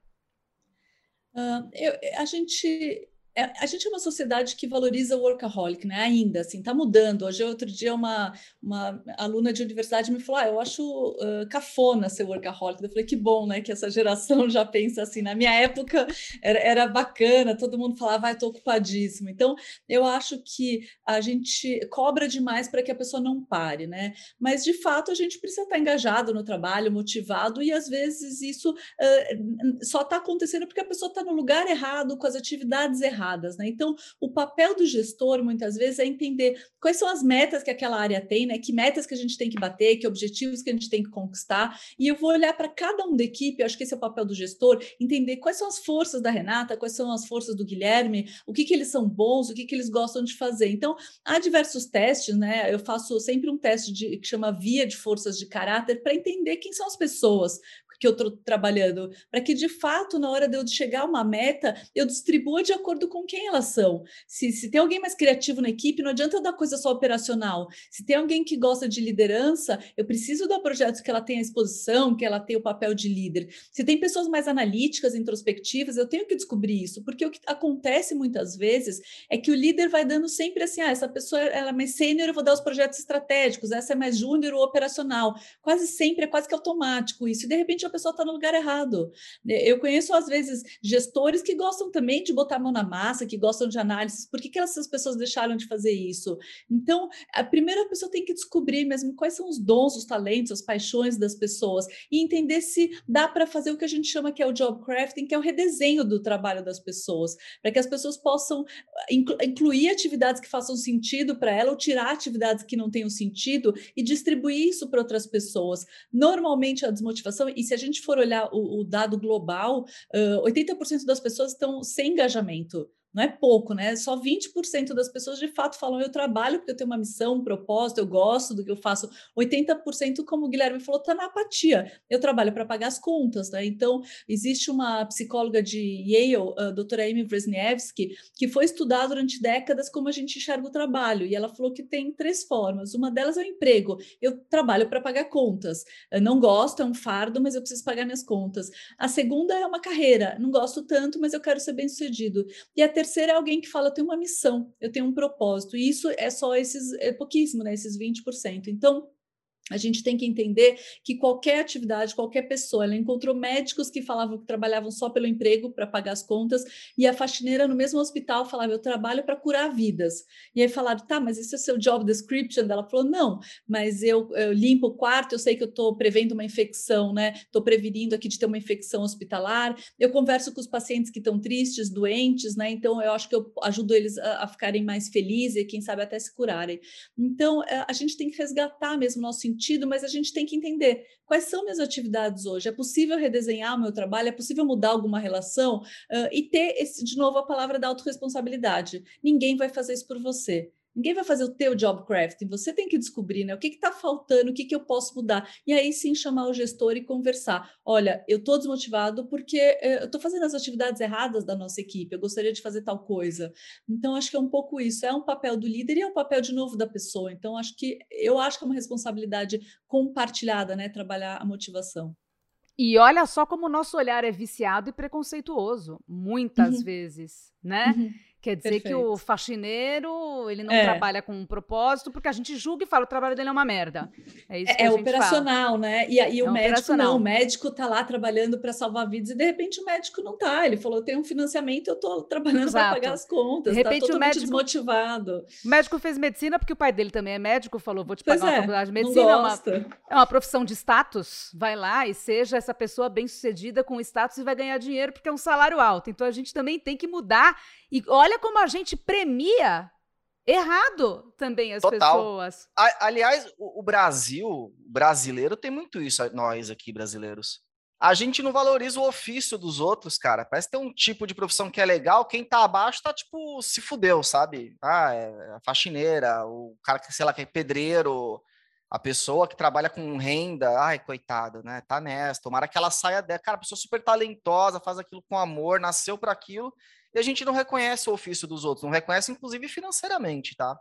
A gente é uma sociedade que valoriza o workaholic, né? Ainda assim, está mudando. Hoje, outro dia, uma aluna de universidade me falou: eu acho cafona ser workaholic. Eu falei: que bom, né? Que essa geração já pensa assim. Na minha época era bacana, todo mundo falava: estou ocupadíssimo. Então, eu acho que a gente cobra demais para que a pessoa não pare, né? Mas, de fato, a gente precisa estar engajado no trabalho, motivado, e às vezes isso só está acontecendo porque a pessoa está no lugar errado, com as atividades erradas. Né? Então, o papel do gestor, muitas vezes, é entender quais são as metas que aquela área tem, né? Que metas que a gente tem que bater, que objetivos que a gente tem que conquistar, e eu vou olhar para cada um da equipe, acho que esse é o papel do gestor, entender quais são as forças da Renata, quais são as forças do Guilherme, o que eles são bons, o que eles gostam de fazer. Então, há diversos testes, né? Eu faço sempre um teste que chama Via de Forças de Caráter, para entender quem são as pessoas que eu estou trabalhando, para que, de fato, na hora de eu chegar a uma meta, eu distribua de acordo com quem elas são. Se tem alguém mais criativo na equipe, não adianta eu dar coisa só operacional. Se tem alguém que gosta de liderança, eu preciso dar projetos que ela tenha exposição, que ela tenha o papel de líder. Se tem pessoas mais analíticas, introspectivas, eu tenho que descobrir isso, porque o que acontece muitas vezes é que o líder vai dando sempre assim, essa pessoa ela é mais sênior, eu vou dar os projetos estratégicos, essa é mais júnior ou operacional. Quase sempre é quase que automático isso, e de repente a pessoa está no lugar errado. Eu conheço, às vezes, gestores que gostam também de botar a mão na massa, que gostam de análises. Por que essas pessoas deixaram de fazer isso? Então, a primeira pessoa tem que descobrir mesmo quais são os dons, os talentos, as paixões das pessoas e entender se dá para fazer o que a gente chama que é o job crafting, que é o redesenho do trabalho das pessoas, para que as pessoas possam incluir atividades que façam sentido para ela ou tirar atividades que não tenham sentido e distribuir isso para outras pessoas. Normalmente, a desmotivação, e se a gente for olhar o dado global, 80% das pessoas estão sem engajamento. Não é pouco, né? Só 20% das pessoas de fato falam: eu trabalho porque eu tenho uma missão, um propósito, eu gosto do que eu faço. 80%, como o Guilherme falou, está na apatia. Eu trabalho para pagar as contas, né? Então, existe uma psicóloga de Yale, a doutora Amy Wrzesniewski, que foi estudar durante décadas como a gente enxerga o trabalho. E ela falou que tem 3 formas. Uma delas é o emprego. Eu trabalho para pagar contas. Eu não gosto, é um fardo, mas eu preciso pagar minhas contas. A segunda é uma carreira. Não gosto tanto, mas eu quero ser bem-sucedido. E a terceira é alguém que fala: eu tenho uma missão, eu tenho um propósito. E isso é só pouquíssimo, né? Esses 20%. Então, A gente tem que entender que qualquer atividade, qualquer pessoa, ela encontrou médicos que falavam que trabalhavam só pelo emprego para pagar as contas, e a faxineira no mesmo hospital falava: eu trabalho para curar vidas. E aí falaram: tá, mas esse é o seu job description? Ela falou: não, mas eu limpo o quarto, eu sei que eu estou prevendo uma infecção, né? Estou prevenindo aqui de ter uma infecção hospitalar. Eu converso com os pacientes que estão tristes, doentes, né? Então eu acho que eu ajudo eles a ficarem mais felizes e quem sabe até se curarem. Então a gente tem que resgatar mesmo o nosso sentido, mas a gente tem que entender quais são minhas atividades hoje. É possível redesenhar o meu trabalho? É possível mudar alguma relação? E ter, de novo, a palavra da autorresponsabilidade. Ninguém vai fazer isso por você. Ninguém vai fazer o teu job crafting. Você tem que descobrir, né, o que está faltando, o que eu posso mudar. E aí sim chamar o gestor e conversar. Olha, eu estou desmotivado porque eu estou fazendo as atividades erradas da nossa equipe. Eu gostaria de fazer tal coisa. Então, acho que é um pouco isso. É um papel do líder e é um papel, de novo, da pessoa. Então, eu acho que é uma responsabilidade compartilhada, né? Trabalhar a motivação. E olha só como o nosso olhar é viciado e preconceituoso, muitas vezes, né? Quer dizer que o faxineiro, ele não trabalha com um propósito, porque a gente julga e fala: o trabalho dele é uma merda. É isso que a gente operacional, fala. né? E o médico não, o médico está lá trabalhando para salvar vidas e de repente o médico não está. Ele falou: tem um financiamento, eu estou trabalhando para pagar as contas, está totalmente desmotivado. O médico fez medicina porque o pai dele também é médico, falou: vou te pagar uma faculdade de medicina. É uma profissão de status, vai lá e seja essa pessoa bem-sucedida com status e vai ganhar dinheiro porque é um salário alto. Então a gente também tem que mudar. E olha como a gente premia errado também as pessoas. Aliás, o brasileiro tem muito isso, nós aqui brasileiros. A gente não valoriza o ofício dos outros, cara. Parece que tem um tipo de profissão que é legal, quem tá abaixo tá tipo, se fudeu, sabe? É a faxineira, o cara que, sei lá, que é pedreiro, a pessoa que trabalha com renda, ai, coitado, né? Tá nessa, tomara que ela saia dela. Cara, a pessoa super talentosa, faz aquilo com amor, nasceu para aquilo. E a gente não reconhece o ofício dos outros, não reconhece, inclusive, financeiramente, tá?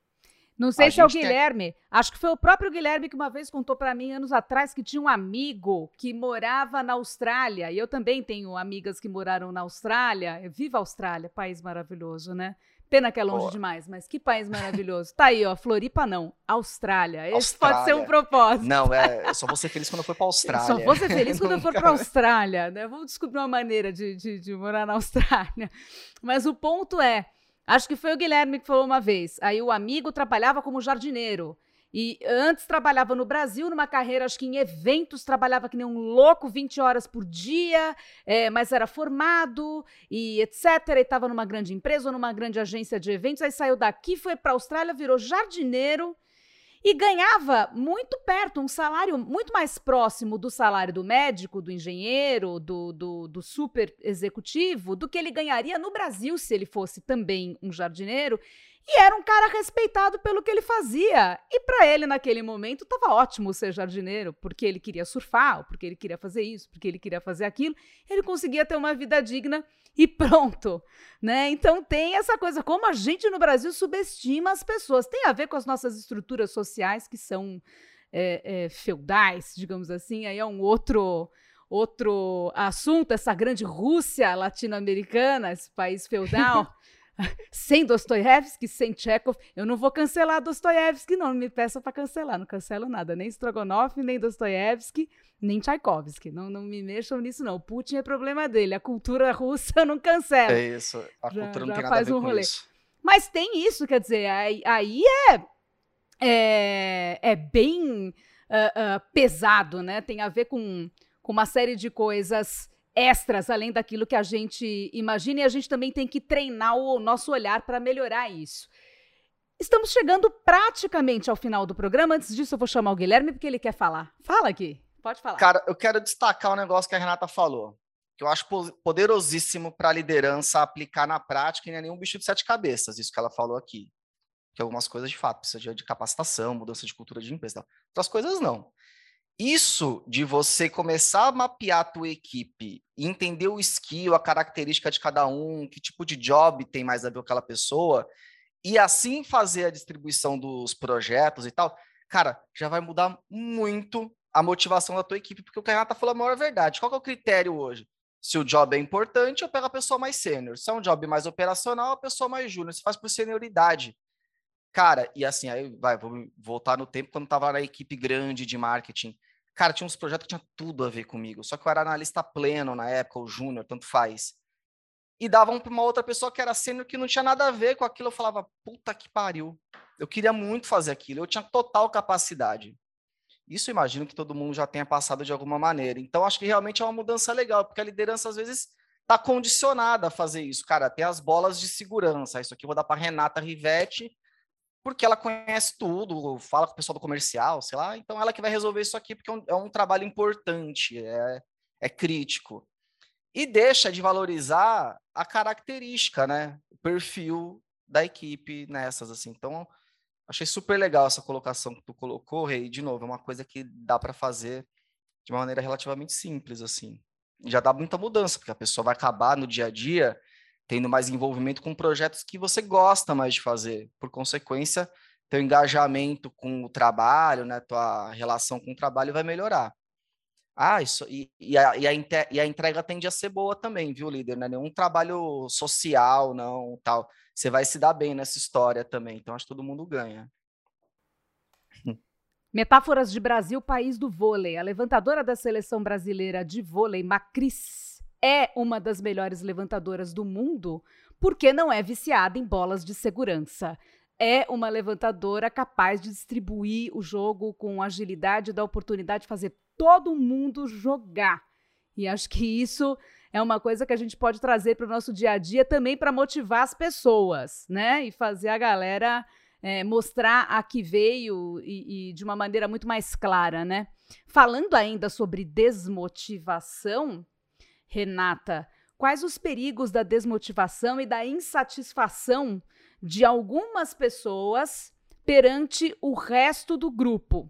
Não sei se é o Guilherme, acho que foi o próprio Guilherme que uma vez contou para mim, anos atrás, que tinha um amigo que morava na Austrália, e eu também tenho amigas que moraram na Austrália. Viva a Austrália, país maravilhoso, né? Pena que é longe demais, mas que país maravilhoso. Tá aí, ó, Floripa não, Austrália. Esse pode ser um propósito. Não, eu só vou ser feliz quando eu for pra Austrália. Só vou ser feliz quando eu for pra Austrália, né? Vamos descobrir uma maneira de morar na Austrália. Mas o ponto é, acho que foi o Guilherme que falou uma vez, aí o amigo trabalhava como jardineiro. E antes trabalhava no Brasil, numa carreira, acho que em eventos, trabalhava que nem um louco, 20 horas por dia, mas era formado e etc. E estava numa grande empresa ou numa grande agência de eventos. Aí saiu daqui, foi para a Austrália, virou jardineiro e ganhava muito perto, um salário muito mais próximo do salário do médico, do engenheiro, do super executivo, do que ele ganharia no Brasil se ele fosse também um jardineiro. E era um cara respeitado pelo que ele fazia. E para ele, naquele momento, estava ótimo ser jardineiro, porque ele queria surfar, ou porque ele queria fazer isso, porque ele queria fazer aquilo. Ele conseguia ter uma vida digna e pronto, né? Então tem essa coisa, como a gente no Brasil subestima as pessoas. Tem a ver com as nossas estruturas sociais, que são feudais, digamos assim. Aí é um outro assunto, essa grande Rússia latino-americana, esse país feudal. Sem Dostoiévski, sem Chekhov. Eu não vou cancelar Dostoiévski, não me peça para cancelar, não cancelo nada, nem Strogonoff, nem Dostoiévski, nem Tchaikovsky, não me mexam nisso não, o Putin é problema dele, a cultura russa eu não cancelo. É isso, a cultura não tem nada a ver com isso. Mas tem isso, quer dizer, aí é bem pesado, né, tem a ver com uma série de coisas extras, além daquilo que a gente imagina, e a gente também tem que treinar o nosso olhar para melhorar isso. Estamos chegando praticamente ao final do programa. Antes disso, eu vou chamar o Guilherme, porque ele quer falar. Fala aqui, pode falar. Cara, eu quero destacar um negócio que a Renata falou, que eu acho poderosíssimo para a liderança aplicar na prática, e não é nenhum bicho de 7 cabeças, isso que ela falou aqui. Que algumas coisas, de fato, precisa de capacitação, mudança de cultura de empresa. Tal. Outras coisas, não. Isso de você começar a mapear a tua equipe e entender o skill, a característica de cada um, que tipo de job tem mais a ver com aquela pessoa, e assim fazer a distribuição dos projetos e tal, cara, já vai mudar muito a motivação da tua equipe, porque o que a Renata falou é a maior verdade. Qual que é o critério hoje? Se o job é importante, eu pego a pessoa mais sênior. Se é um job mais operacional, a pessoa mais júnior. Se faz por senioridade. Cara, e assim, aí vou voltar no tempo, quando tava na equipe grande de marketing. Cara, tinha uns projetos que tinha tudo a ver comigo, só que eu era analista pleno na época, ou júnior, tanto faz. E davam para uma outra pessoa que era sênior que não tinha nada a ver com aquilo. Eu falava, puta que pariu. Eu queria muito fazer aquilo, eu tinha total capacidade. Isso eu imagino que todo mundo já tenha passado de alguma maneira. Então, acho que realmente é uma mudança legal, porque a liderança, às vezes, está condicionada a fazer isso. Cara, tem as bolas de segurança. Isso aqui eu vou dar para Renata Rivetti, porque ela conhece tudo, fala com o pessoal do comercial, sei lá. Então, ela que vai resolver isso aqui, porque é um trabalho importante, é crítico. E deixa de valorizar a característica, né? O perfil da equipe nessas, assim. Então, achei super legal essa colocação que tu colocou, Rei. De novo, é uma coisa que dá para fazer de uma maneira relativamente simples, assim. E já dá muita mudança, porque a pessoa vai acabar no dia a dia tendo mais envolvimento com projetos que você gosta mais de fazer. Por consequência, teu engajamento com o trabalho, né, tua relação com o trabalho vai melhorar. Ah, isso, e a entrega tende a ser boa também, viu, líder? Não é nenhum trabalho social, não, tal. Você vai se dar bem nessa história também, então acho que todo mundo ganha. Metáforas de Brasil, país do vôlei. A levantadora da seleção brasileira de vôlei, Macris, é uma das melhores levantadoras do mundo porque não é viciada em bolas de segurança. É uma levantadora capaz de distribuir o jogo com agilidade e dar oportunidade de fazer todo mundo jogar. E acho que isso é uma coisa que a gente pode trazer para o nosso dia a dia também para motivar as pessoas, né? E fazer a galera mostrar a que veio e de uma maneira muito mais clara, né? Falando ainda sobre desmotivação, Renata, quais os perigos da desmotivação e da insatisfação de algumas pessoas perante o resto do grupo?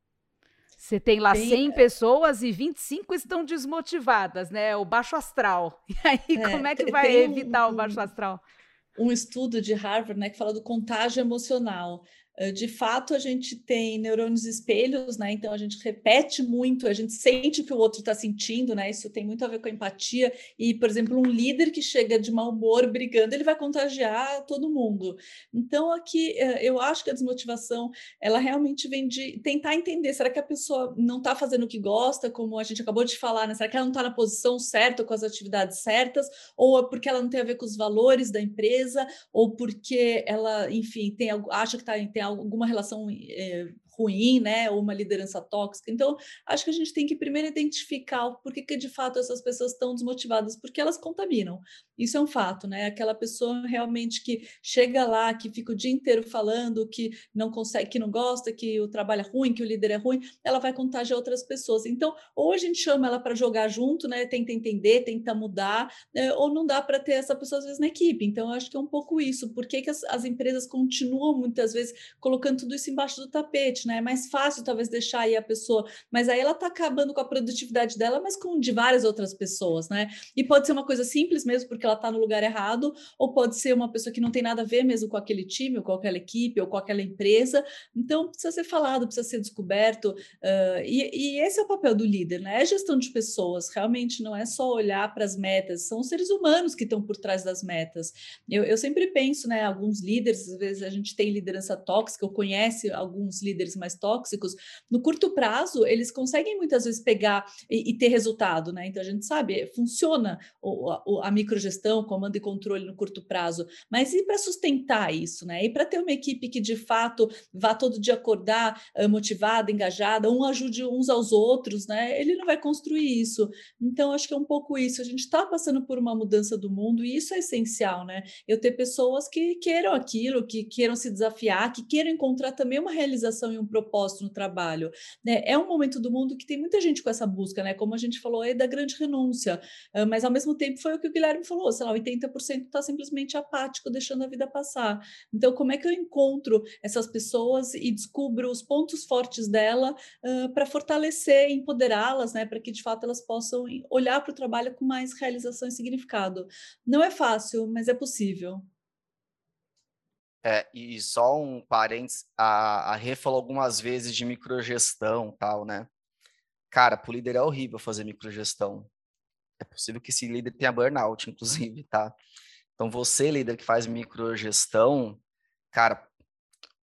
Você tem lá 100 pessoas e 25 estão desmotivadas, né? O baixo astral. E aí, como é que vai evitar o baixo astral? Um estudo de Harvard, né, que fala do contágio emocional. De fato, a gente tem neurônios espelhos, né? Então a gente repete muito, a gente sente o que o outro está sentindo, né? Isso tem muito a ver com a empatia. E, por exemplo, um líder que chega de mau humor brigando, ele vai contagiar todo mundo. Então, aqui eu acho que a desmotivação ela realmente vem de tentar entender: será que a pessoa não está fazendo o que gosta, como a gente acabou de falar, né? Será que ela não está na posição certa, com as atividades certas, ou é porque ela não tem a ver com os valores da empresa, ou porque ela, enfim, acha que tem alguma relação ruim, né, ou uma liderança tóxica. Então, acho que a gente tem que primeiro identificar o porquê que de fato essas pessoas estão desmotivadas, porque elas contaminam. Isso é um fato, né? Aquela pessoa realmente que chega lá, que fica o dia inteiro falando que não consegue, que não gosta, que o trabalho é ruim, que o líder é ruim, ela vai contagiar outras pessoas. Então, ou a gente chama ela para jogar junto, né, tenta entender, tenta mudar, ou não dá para ter essa pessoa às vezes na equipe. Então, eu acho que é um pouco isso. Por que as empresas continuam muitas vezes colocando tudo isso embaixo do tapete, né? É mais fácil talvez deixar aí a pessoa, mas aí ela está acabando com a produtividade dela, mas com de várias outras pessoas, né? E pode ser uma coisa simples mesmo, porque ela está no lugar errado, ou pode ser uma pessoa que não tem nada a ver mesmo com aquele time, ou com aquela equipe, ou com aquela empresa. Então, precisa ser falado, precisa ser descoberto. E esse é o papel do líder, né? É gestão de pessoas, realmente não é só olhar para as metas, são os seres humanos que estão por trás das metas. Eu sempre penso, né? Alguns líderes, às vezes a gente tem liderança tóxica, ou conhece alguns líderes mais tóxicos, no curto prazo, eles conseguem muitas vezes pegar e ter resultado, né? Então a gente sabe, funciona a microgestão, comando e controle no curto prazo, mas e para sustentar isso, né? E para ter uma equipe que de fato vá todo dia acordar motivada, engajada, um ajude uns aos outros, né? Ele não vai construir isso. Então acho que é um pouco isso. A gente está passando por uma mudança do mundo e isso é essencial, né? Eu ter pessoas que queiram aquilo, que queiram se desafiar, que queiram encontrar também uma realização e um propósito no trabalho, né? É um momento do mundo que tem muita gente com essa busca, né? Como a gente falou, é da grande renúncia, mas ao mesmo tempo foi o que o Guilherme falou, sei lá, 80% está simplesmente apático, deixando a vida passar. Então, como é que eu encontro essas pessoas e descubro os pontos fortes dela para fortalecer e empoderá-las, né? Para que de fato elas possam olhar para o trabalho com mais realização e significado. Não é fácil, mas é possível. E só um parênteses, a Rê falou algumas vezes de microgestão, tal, né? Cara, pro líder é horrível fazer microgestão. É possível que esse líder tenha burnout, inclusive, tá? Então, você, líder que faz microgestão, cara,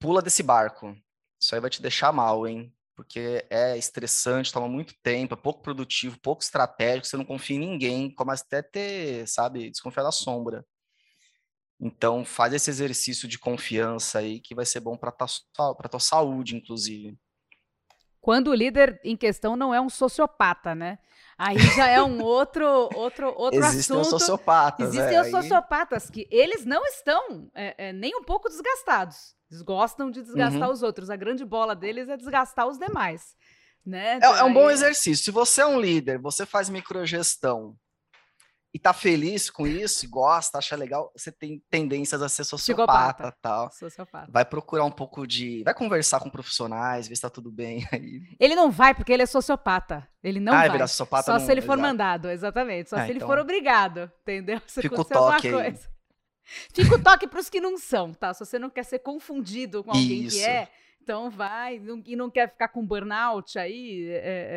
pula desse barco. Isso aí vai te deixar mal, hein? Porque é estressante, toma muito tempo, é pouco produtivo, pouco estratégico, você não confia em ninguém, começa até a ter, sabe, desconfiar da sombra. Então, faz esse exercício de confiança aí, que vai ser bom para tua saúde, inclusive. Quando o líder em questão não é um sociopata, né? Aí já é um outro Existem os assunto. sociopatas, Existem os aí... sociopatas que eles não estão nem um pouco desgastados. Eles gostam de desgastar os outros. A grande bola deles é desgastar os demais, né? É um bom exercício. Se você é um líder, você faz microgestão e tá feliz com isso, gosta, acha legal, você tem tendências a ser sociopata, tal. Sociopata. Vai procurar um pouco de... Vai conversar com profissionais, ver se tá tudo bem aí. Ele não vai porque ele é sociopata. Ele não vai. Virar sociopata só não, se ele for exato. mandado, exatamente. Só se ele então... for obrigado, entendeu? Se fica o acontecer toque alguma aí. coisa. Fica o toque pros que não são, tá? Se você não quer ser confundido com alguém que é, então vai e não quer ficar com burnout aí,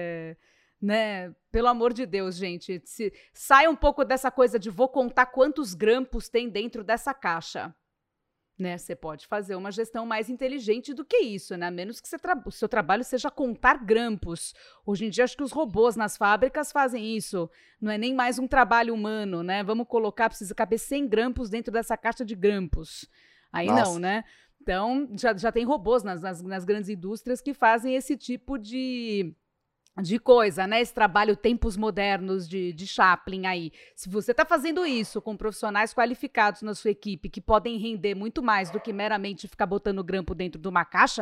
né? Pelo amor de Deus, gente. Sai um pouco dessa coisa de vou contar quantos grampos tem dentro dessa caixa. Né? Você pode fazer uma gestão mais inteligente do que isso, né? A menos que o seu trabalho seja contar grampos. Hoje em dia, acho que os robôs nas fábricas fazem isso. Não é nem mais um trabalho humano, né? Vamos colocar, precisa caber 100 grampos dentro dessa caixa de grampos. Aí não, né? Então, já tem robôs nas grandes indústrias que fazem esse tipo de coisa, né? Esse trabalho tempos modernos de Chaplin aí. Se você está fazendo isso com profissionais qualificados na sua equipe que podem render muito mais do que meramente ficar botando grampo dentro de uma caixa,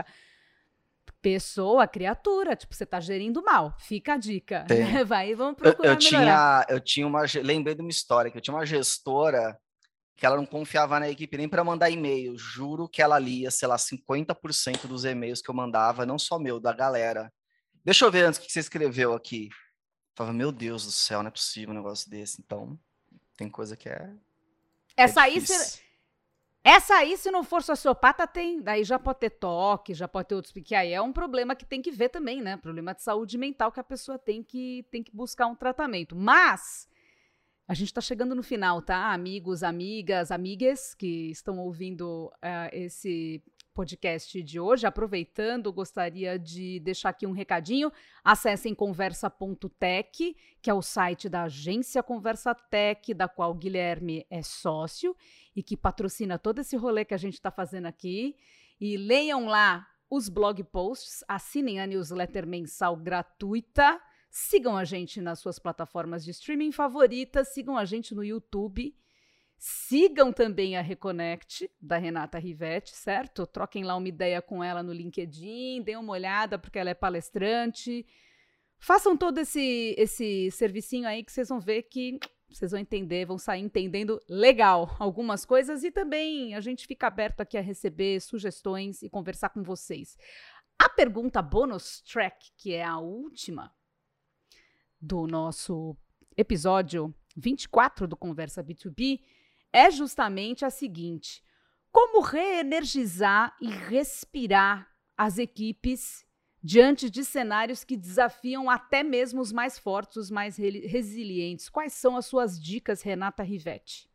criatura, tipo, você está gerindo mal. Fica a dica. Né? Vai, vamos procurar melhorar. Lembrei de uma história, que eu tinha uma gestora que ela não confiava na equipe nem para mandar e-mail. Juro que ela lia, sei lá, 50% dos e-mails que eu mandava, não só meu, da galera. Deixa eu ver antes o que você escreveu aqui. Eu falava, meu Deus do céu, não é possível um negócio desse. Então, tem coisa que é Essa difícil. aí, se não for sociopata, tem. Daí já pode ter toque, já pode ter outros. Porque aí é um problema que tem que ver também, né? Problema de saúde mental que a pessoa tem que buscar um tratamento. Mas a gente tá chegando no final, tá? Amigos, amigas, amigues que estão ouvindo esse podcast de hoje. Aproveitando, gostaria de deixar aqui um recadinho. Acessem conversa.tech, que é o site da agência Conversa Tech, da qual o Guilherme é sócio e que patrocina todo esse rolê que a gente está fazendo aqui. E leiam lá os blog posts, assinem a newsletter mensal gratuita, sigam a gente nas suas plataformas de streaming favoritas, sigam a gente no YouTube. Sigam também a Reconnect, da Renata Rivetti, certo? Troquem lá uma ideia com ela no LinkedIn, deem uma olhada porque ela é palestrante. Façam todo esse servicinho aí que vocês vão ver que vocês vão entender, vão sair entendendo legal algumas coisas e também a gente fica aberto aqui a receber sugestões e conversar com vocês. A pergunta bonus track, que é a última do nosso episódio 24 do Conversa B2B, é justamente a seguinte: como reenergizar e respirar as equipes diante de cenários que desafiam até mesmo os mais fortes, os mais resilientes? Quais são as suas dicas, Renata Rivetti?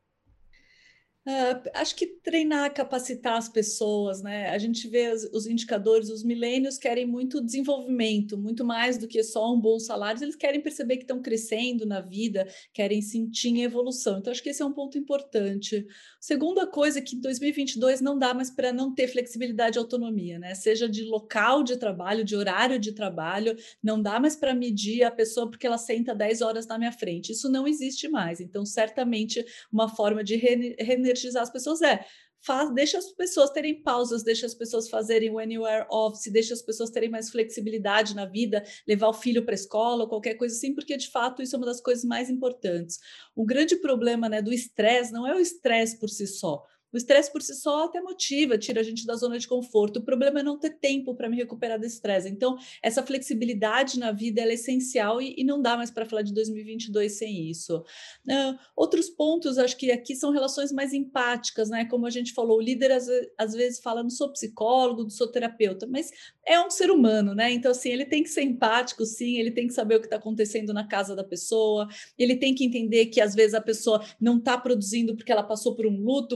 Acho que treinar, capacitar as pessoas, né? A gente vê os indicadores, os millennials querem muito desenvolvimento, muito mais do que só um bom salário, eles querem perceber que estão crescendo na vida, querem sentir evolução. Então, acho que esse é um ponto importante. Segunda coisa é que em 2022 não dá mais para não ter flexibilidade e autonomia, né? Seja de local de trabalho, de horário de trabalho, não dá mais para medir a pessoa porque ela senta 10 horas na minha frente. Isso não existe mais. Então, certamente, uma forma de reenergizar as pessoas deixa as pessoas terem pausas, deixa as pessoas fazerem o anywhere office, deixa as pessoas terem mais flexibilidade na vida, levar o filho para a escola, qualquer coisa assim, porque de fato isso é uma das coisas mais importantes. O grande problema, né, do estresse não é o estresse por si só. O estresse por si só até motiva, tira a gente da zona de conforto. O problema é não ter tempo para me recuperar desse estresse. Então, essa flexibilidade na vida ela é essencial e não dá mais para falar de 2022 sem isso. Outros pontos, acho que aqui são relações mais empáticas, né? Como a gente falou, o líder às vezes fala, não sou psicólogo, não sou terapeuta, mas é um ser humano, né? Então, assim, ele tem que ser empático, sim, ele tem que saber o que está acontecendo na casa da pessoa, ele tem que entender que às vezes a pessoa não está produzindo porque ela passou por um luto, por um divórcio,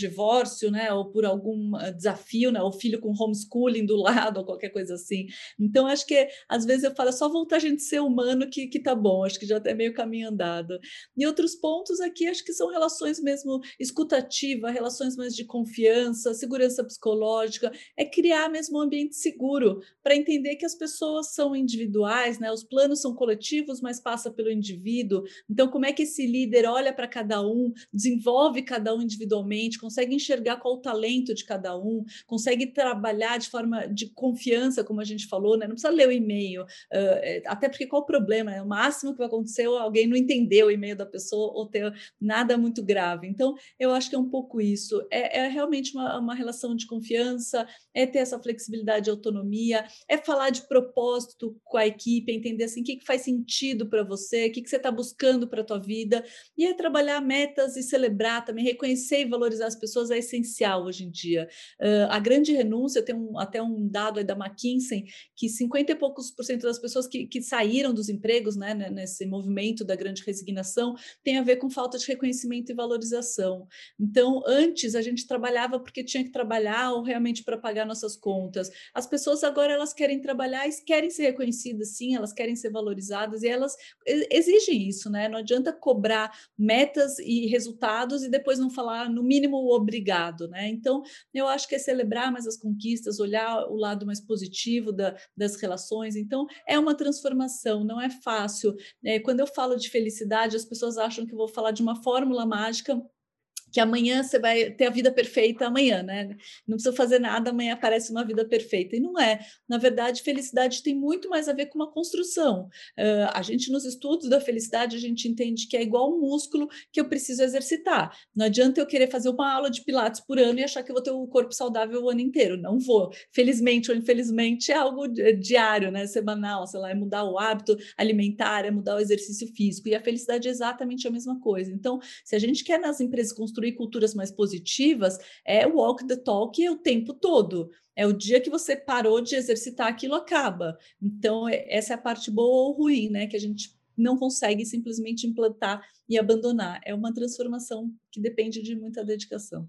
divórcio, né, ou por algum desafio, né, o filho com homeschooling do lado, ou qualquer coisa assim. Então, acho que às vezes eu falo, é só voltar a gente ser humano que tá bom, acho que já é meio caminho andado. E outros pontos aqui, acho que são relações mesmo escutativa, relações mais de confiança, segurança psicológica, é criar mesmo um ambiente seguro para entender que as pessoas são individuais, né, os planos são coletivos, mas passa pelo indivíduo. Então, como é que esse líder olha para cada um, desenvolve cada um individualmente, consegue enxergar qual o talento de cada um, consegue trabalhar de forma de confiança, como a gente falou, né? Não precisa ler o e-mail, até porque qual o problema? O máximo que vai acontecer é alguém não entender o e-mail da pessoa ou ter nada muito grave. Então, eu acho que é um pouco isso. É realmente uma relação de confiança, é ter essa flexibilidade e autonomia, é falar de propósito com a equipe, entender assim, o que faz sentido para você, o que você está buscando para a tua vida, e é trabalhar metas e celebrar também, reconhecer e valorizar as pessoas é essencial hoje em dia. A grande renúncia, tem até um dado aí da McKinsey, que 50 e poucos % das pessoas que saíram dos empregos, né, nesse movimento da grande resignação, tem a ver com falta de reconhecimento e valorização. Então, antes a gente trabalhava porque tinha que trabalhar ou realmente para pagar nossas contas. As pessoas agora elas querem trabalhar e querem ser reconhecidas, sim, elas querem ser valorizadas e elas exigem isso, né? Não adianta cobrar metas e resultados e depois não falar, no mínimo, o obrigado, né? Então, eu acho que é celebrar mais as conquistas, olhar o lado mais positivo das relações. Então, é uma transformação, não é fácil. Quando eu falo de felicidade, as pessoas acham que eu vou falar de uma fórmula mágica, que amanhã você vai ter a vida perfeita amanhã, né? Não precisa fazer nada, amanhã aparece uma vida perfeita. E não é. Na verdade, felicidade tem muito mais a ver com uma construção. A gente, nos estudos da felicidade, a gente entende que é igual um músculo que eu preciso exercitar. Não adianta eu querer fazer uma aula de pilates por ano e achar que eu vou ter um corpo saudável o ano inteiro. Não vou. Felizmente ou infelizmente, é algo diário, né? Semanal, sei lá, é mudar o hábito alimentar, é mudar o exercício físico. E a felicidade é exatamente a mesma coisa. Então, se a gente quer nas empresas construir culturas mais positivas, é walk the talk o tempo todo. É o dia que você parou de exercitar, aquilo acaba. Então, essa é a parte boa ou ruim, né? Que a gente não consegue simplesmente implantar e abandonar. É uma transformação que depende de muita dedicação.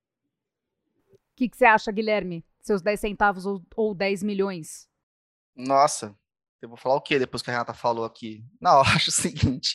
O que você acha, Guilherme? Seus 10 centavos ou 10 milhões? Nossa, eu vou falar o quê depois que a Renata falou aqui? Não, eu acho o seguinte.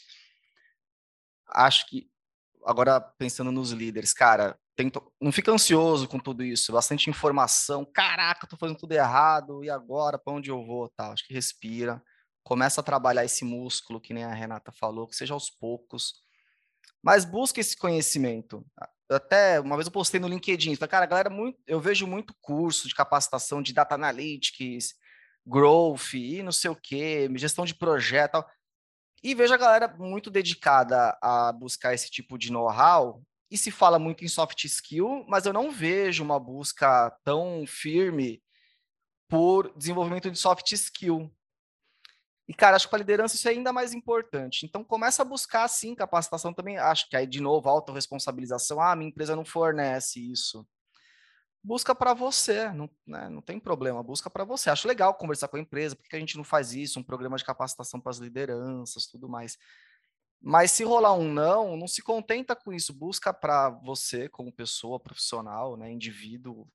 Acho que agora, pensando nos líderes, cara, não fica ansioso com tudo isso, bastante informação. Caraca, tô fazendo tudo errado, e agora? Para onde eu vou? Tá, acho que respira, começa a trabalhar esse músculo, que nem a Renata falou, que seja aos poucos, mas busca esse conhecimento. Até uma vez eu postei no LinkedIn, falei, cara, galera, eu vejo muito curso de capacitação de Data Analytics, Growth e não sei o quê, gestão de projeto, tal. E vejo a galera muito dedicada a buscar esse tipo de know-how, e se fala muito em soft skill, mas eu não vejo uma busca tão firme por desenvolvimento de soft skill. E, cara, acho que para liderança isso é ainda mais importante. Então, começa a buscar, sim, capacitação também. Acho que aí, de novo, autorresponsabilização. Ah, minha empresa não fornece isso. Busca para você, não tem problema, busca para você. Acho legal conversar com a empresa, por que a gente não faz isso, um programa de capacitação para as lideranças, tudo mais. Mas se rolar um não se contenta com isso, busca para você, como pessoa, profissional, né, indivíduo,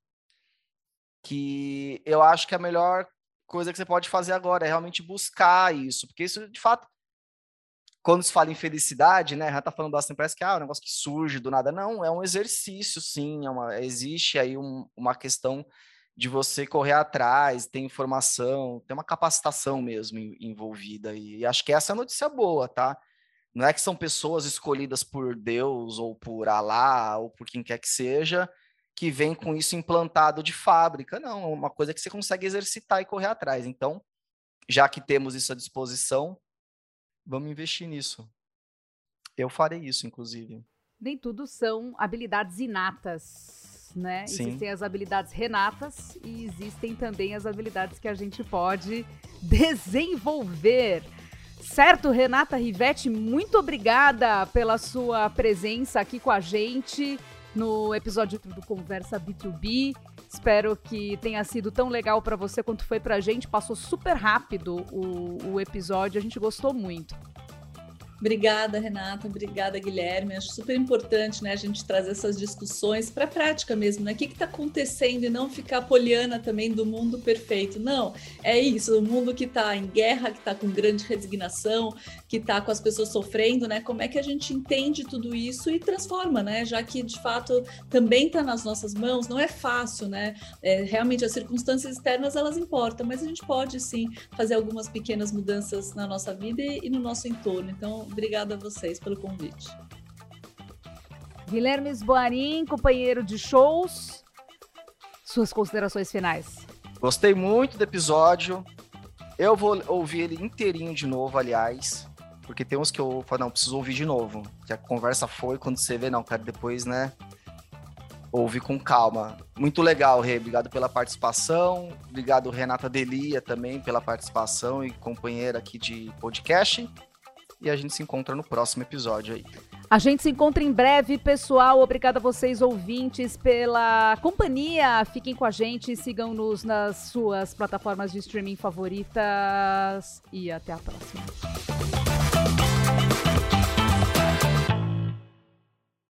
que eu acho que a melhor coisa que você pode fazer agora é realmente buscar isso, porque isso, de fato, quando se fala em felicidade, né, já tá falando bastante, parece que é um negócio que surge do nada. Não, é um exercício, sim, existe aí uma questão de você correr atrás, tem informação, tem uma capacitação mesmo envolvida, e acho que essa é a notícia boa, tá? Não é que são pessoas escolhidas por Deus, ou por Alá, ou por quem quer que seja, que vem com isso implantado de fábrica, não, é uma coisa que você consegue exercitar e correr atrás. Então, já que temos isso à disposição, vamos investir nisso. Eu farei isso, inclusive. Nem tudo são habilidades inatas, né? Sim. Existem as habilidades renatas e existem também as habilidades que a gente pode desenvolver. Certo, Renata Rivetti, muito obrigada pela sua presença aqui com a gente no episódio do Conversa B2B. Espero que tenha sido tão legal para você quanto foi para a gente. Passou super rápido o episódio, a gente gostou muito. Obrigada, Renata. Obrigada, Guilherme. Acho super importante, né, a gente trazer essas discussões para a prática mesmo, né? O que está acontecendo e não ficar poliana também do mundo perfeito. Não, é isso. O mundo que está em guerra, que está com grande resignação, que está com as pessoas sofrendo, né? Como é que a gente entende tudo isso e transforma, né? Já que, de fato, também está nas nossas mãos. Não é fácil, né? Realmente, as circunstâncias externas, elas importam, mas a gente pode, sim, fazer algumas pequenas mudanças na nossa vida e no nosso entorno. Então, obrigada a vocês pelo convite. Guilherme Sboarin, companheiro de shows, suas considerações finais. Gostei muito do episódio. Eu vou ouvir ele inteirinho de novo, aliás, porque tem uns que eu falo, não, preciso ouvir de novo. Que a conversa foi, quando você vê, não, cara, depois, né, ouve com calma. Muito legal, Rê, obrigado pela participação. Obrigado, Renata Delia, também, pela participação e companheira aqui de podcast. E a gente se encontra no próximo episódio aí. A gente se encontra em breve, pessoal. Obrigada a vocês, ouvintes, pela companhia. Fiquem com a gente, sigam-nos nas suas plataformas de streaming favoritas. E até a próxima.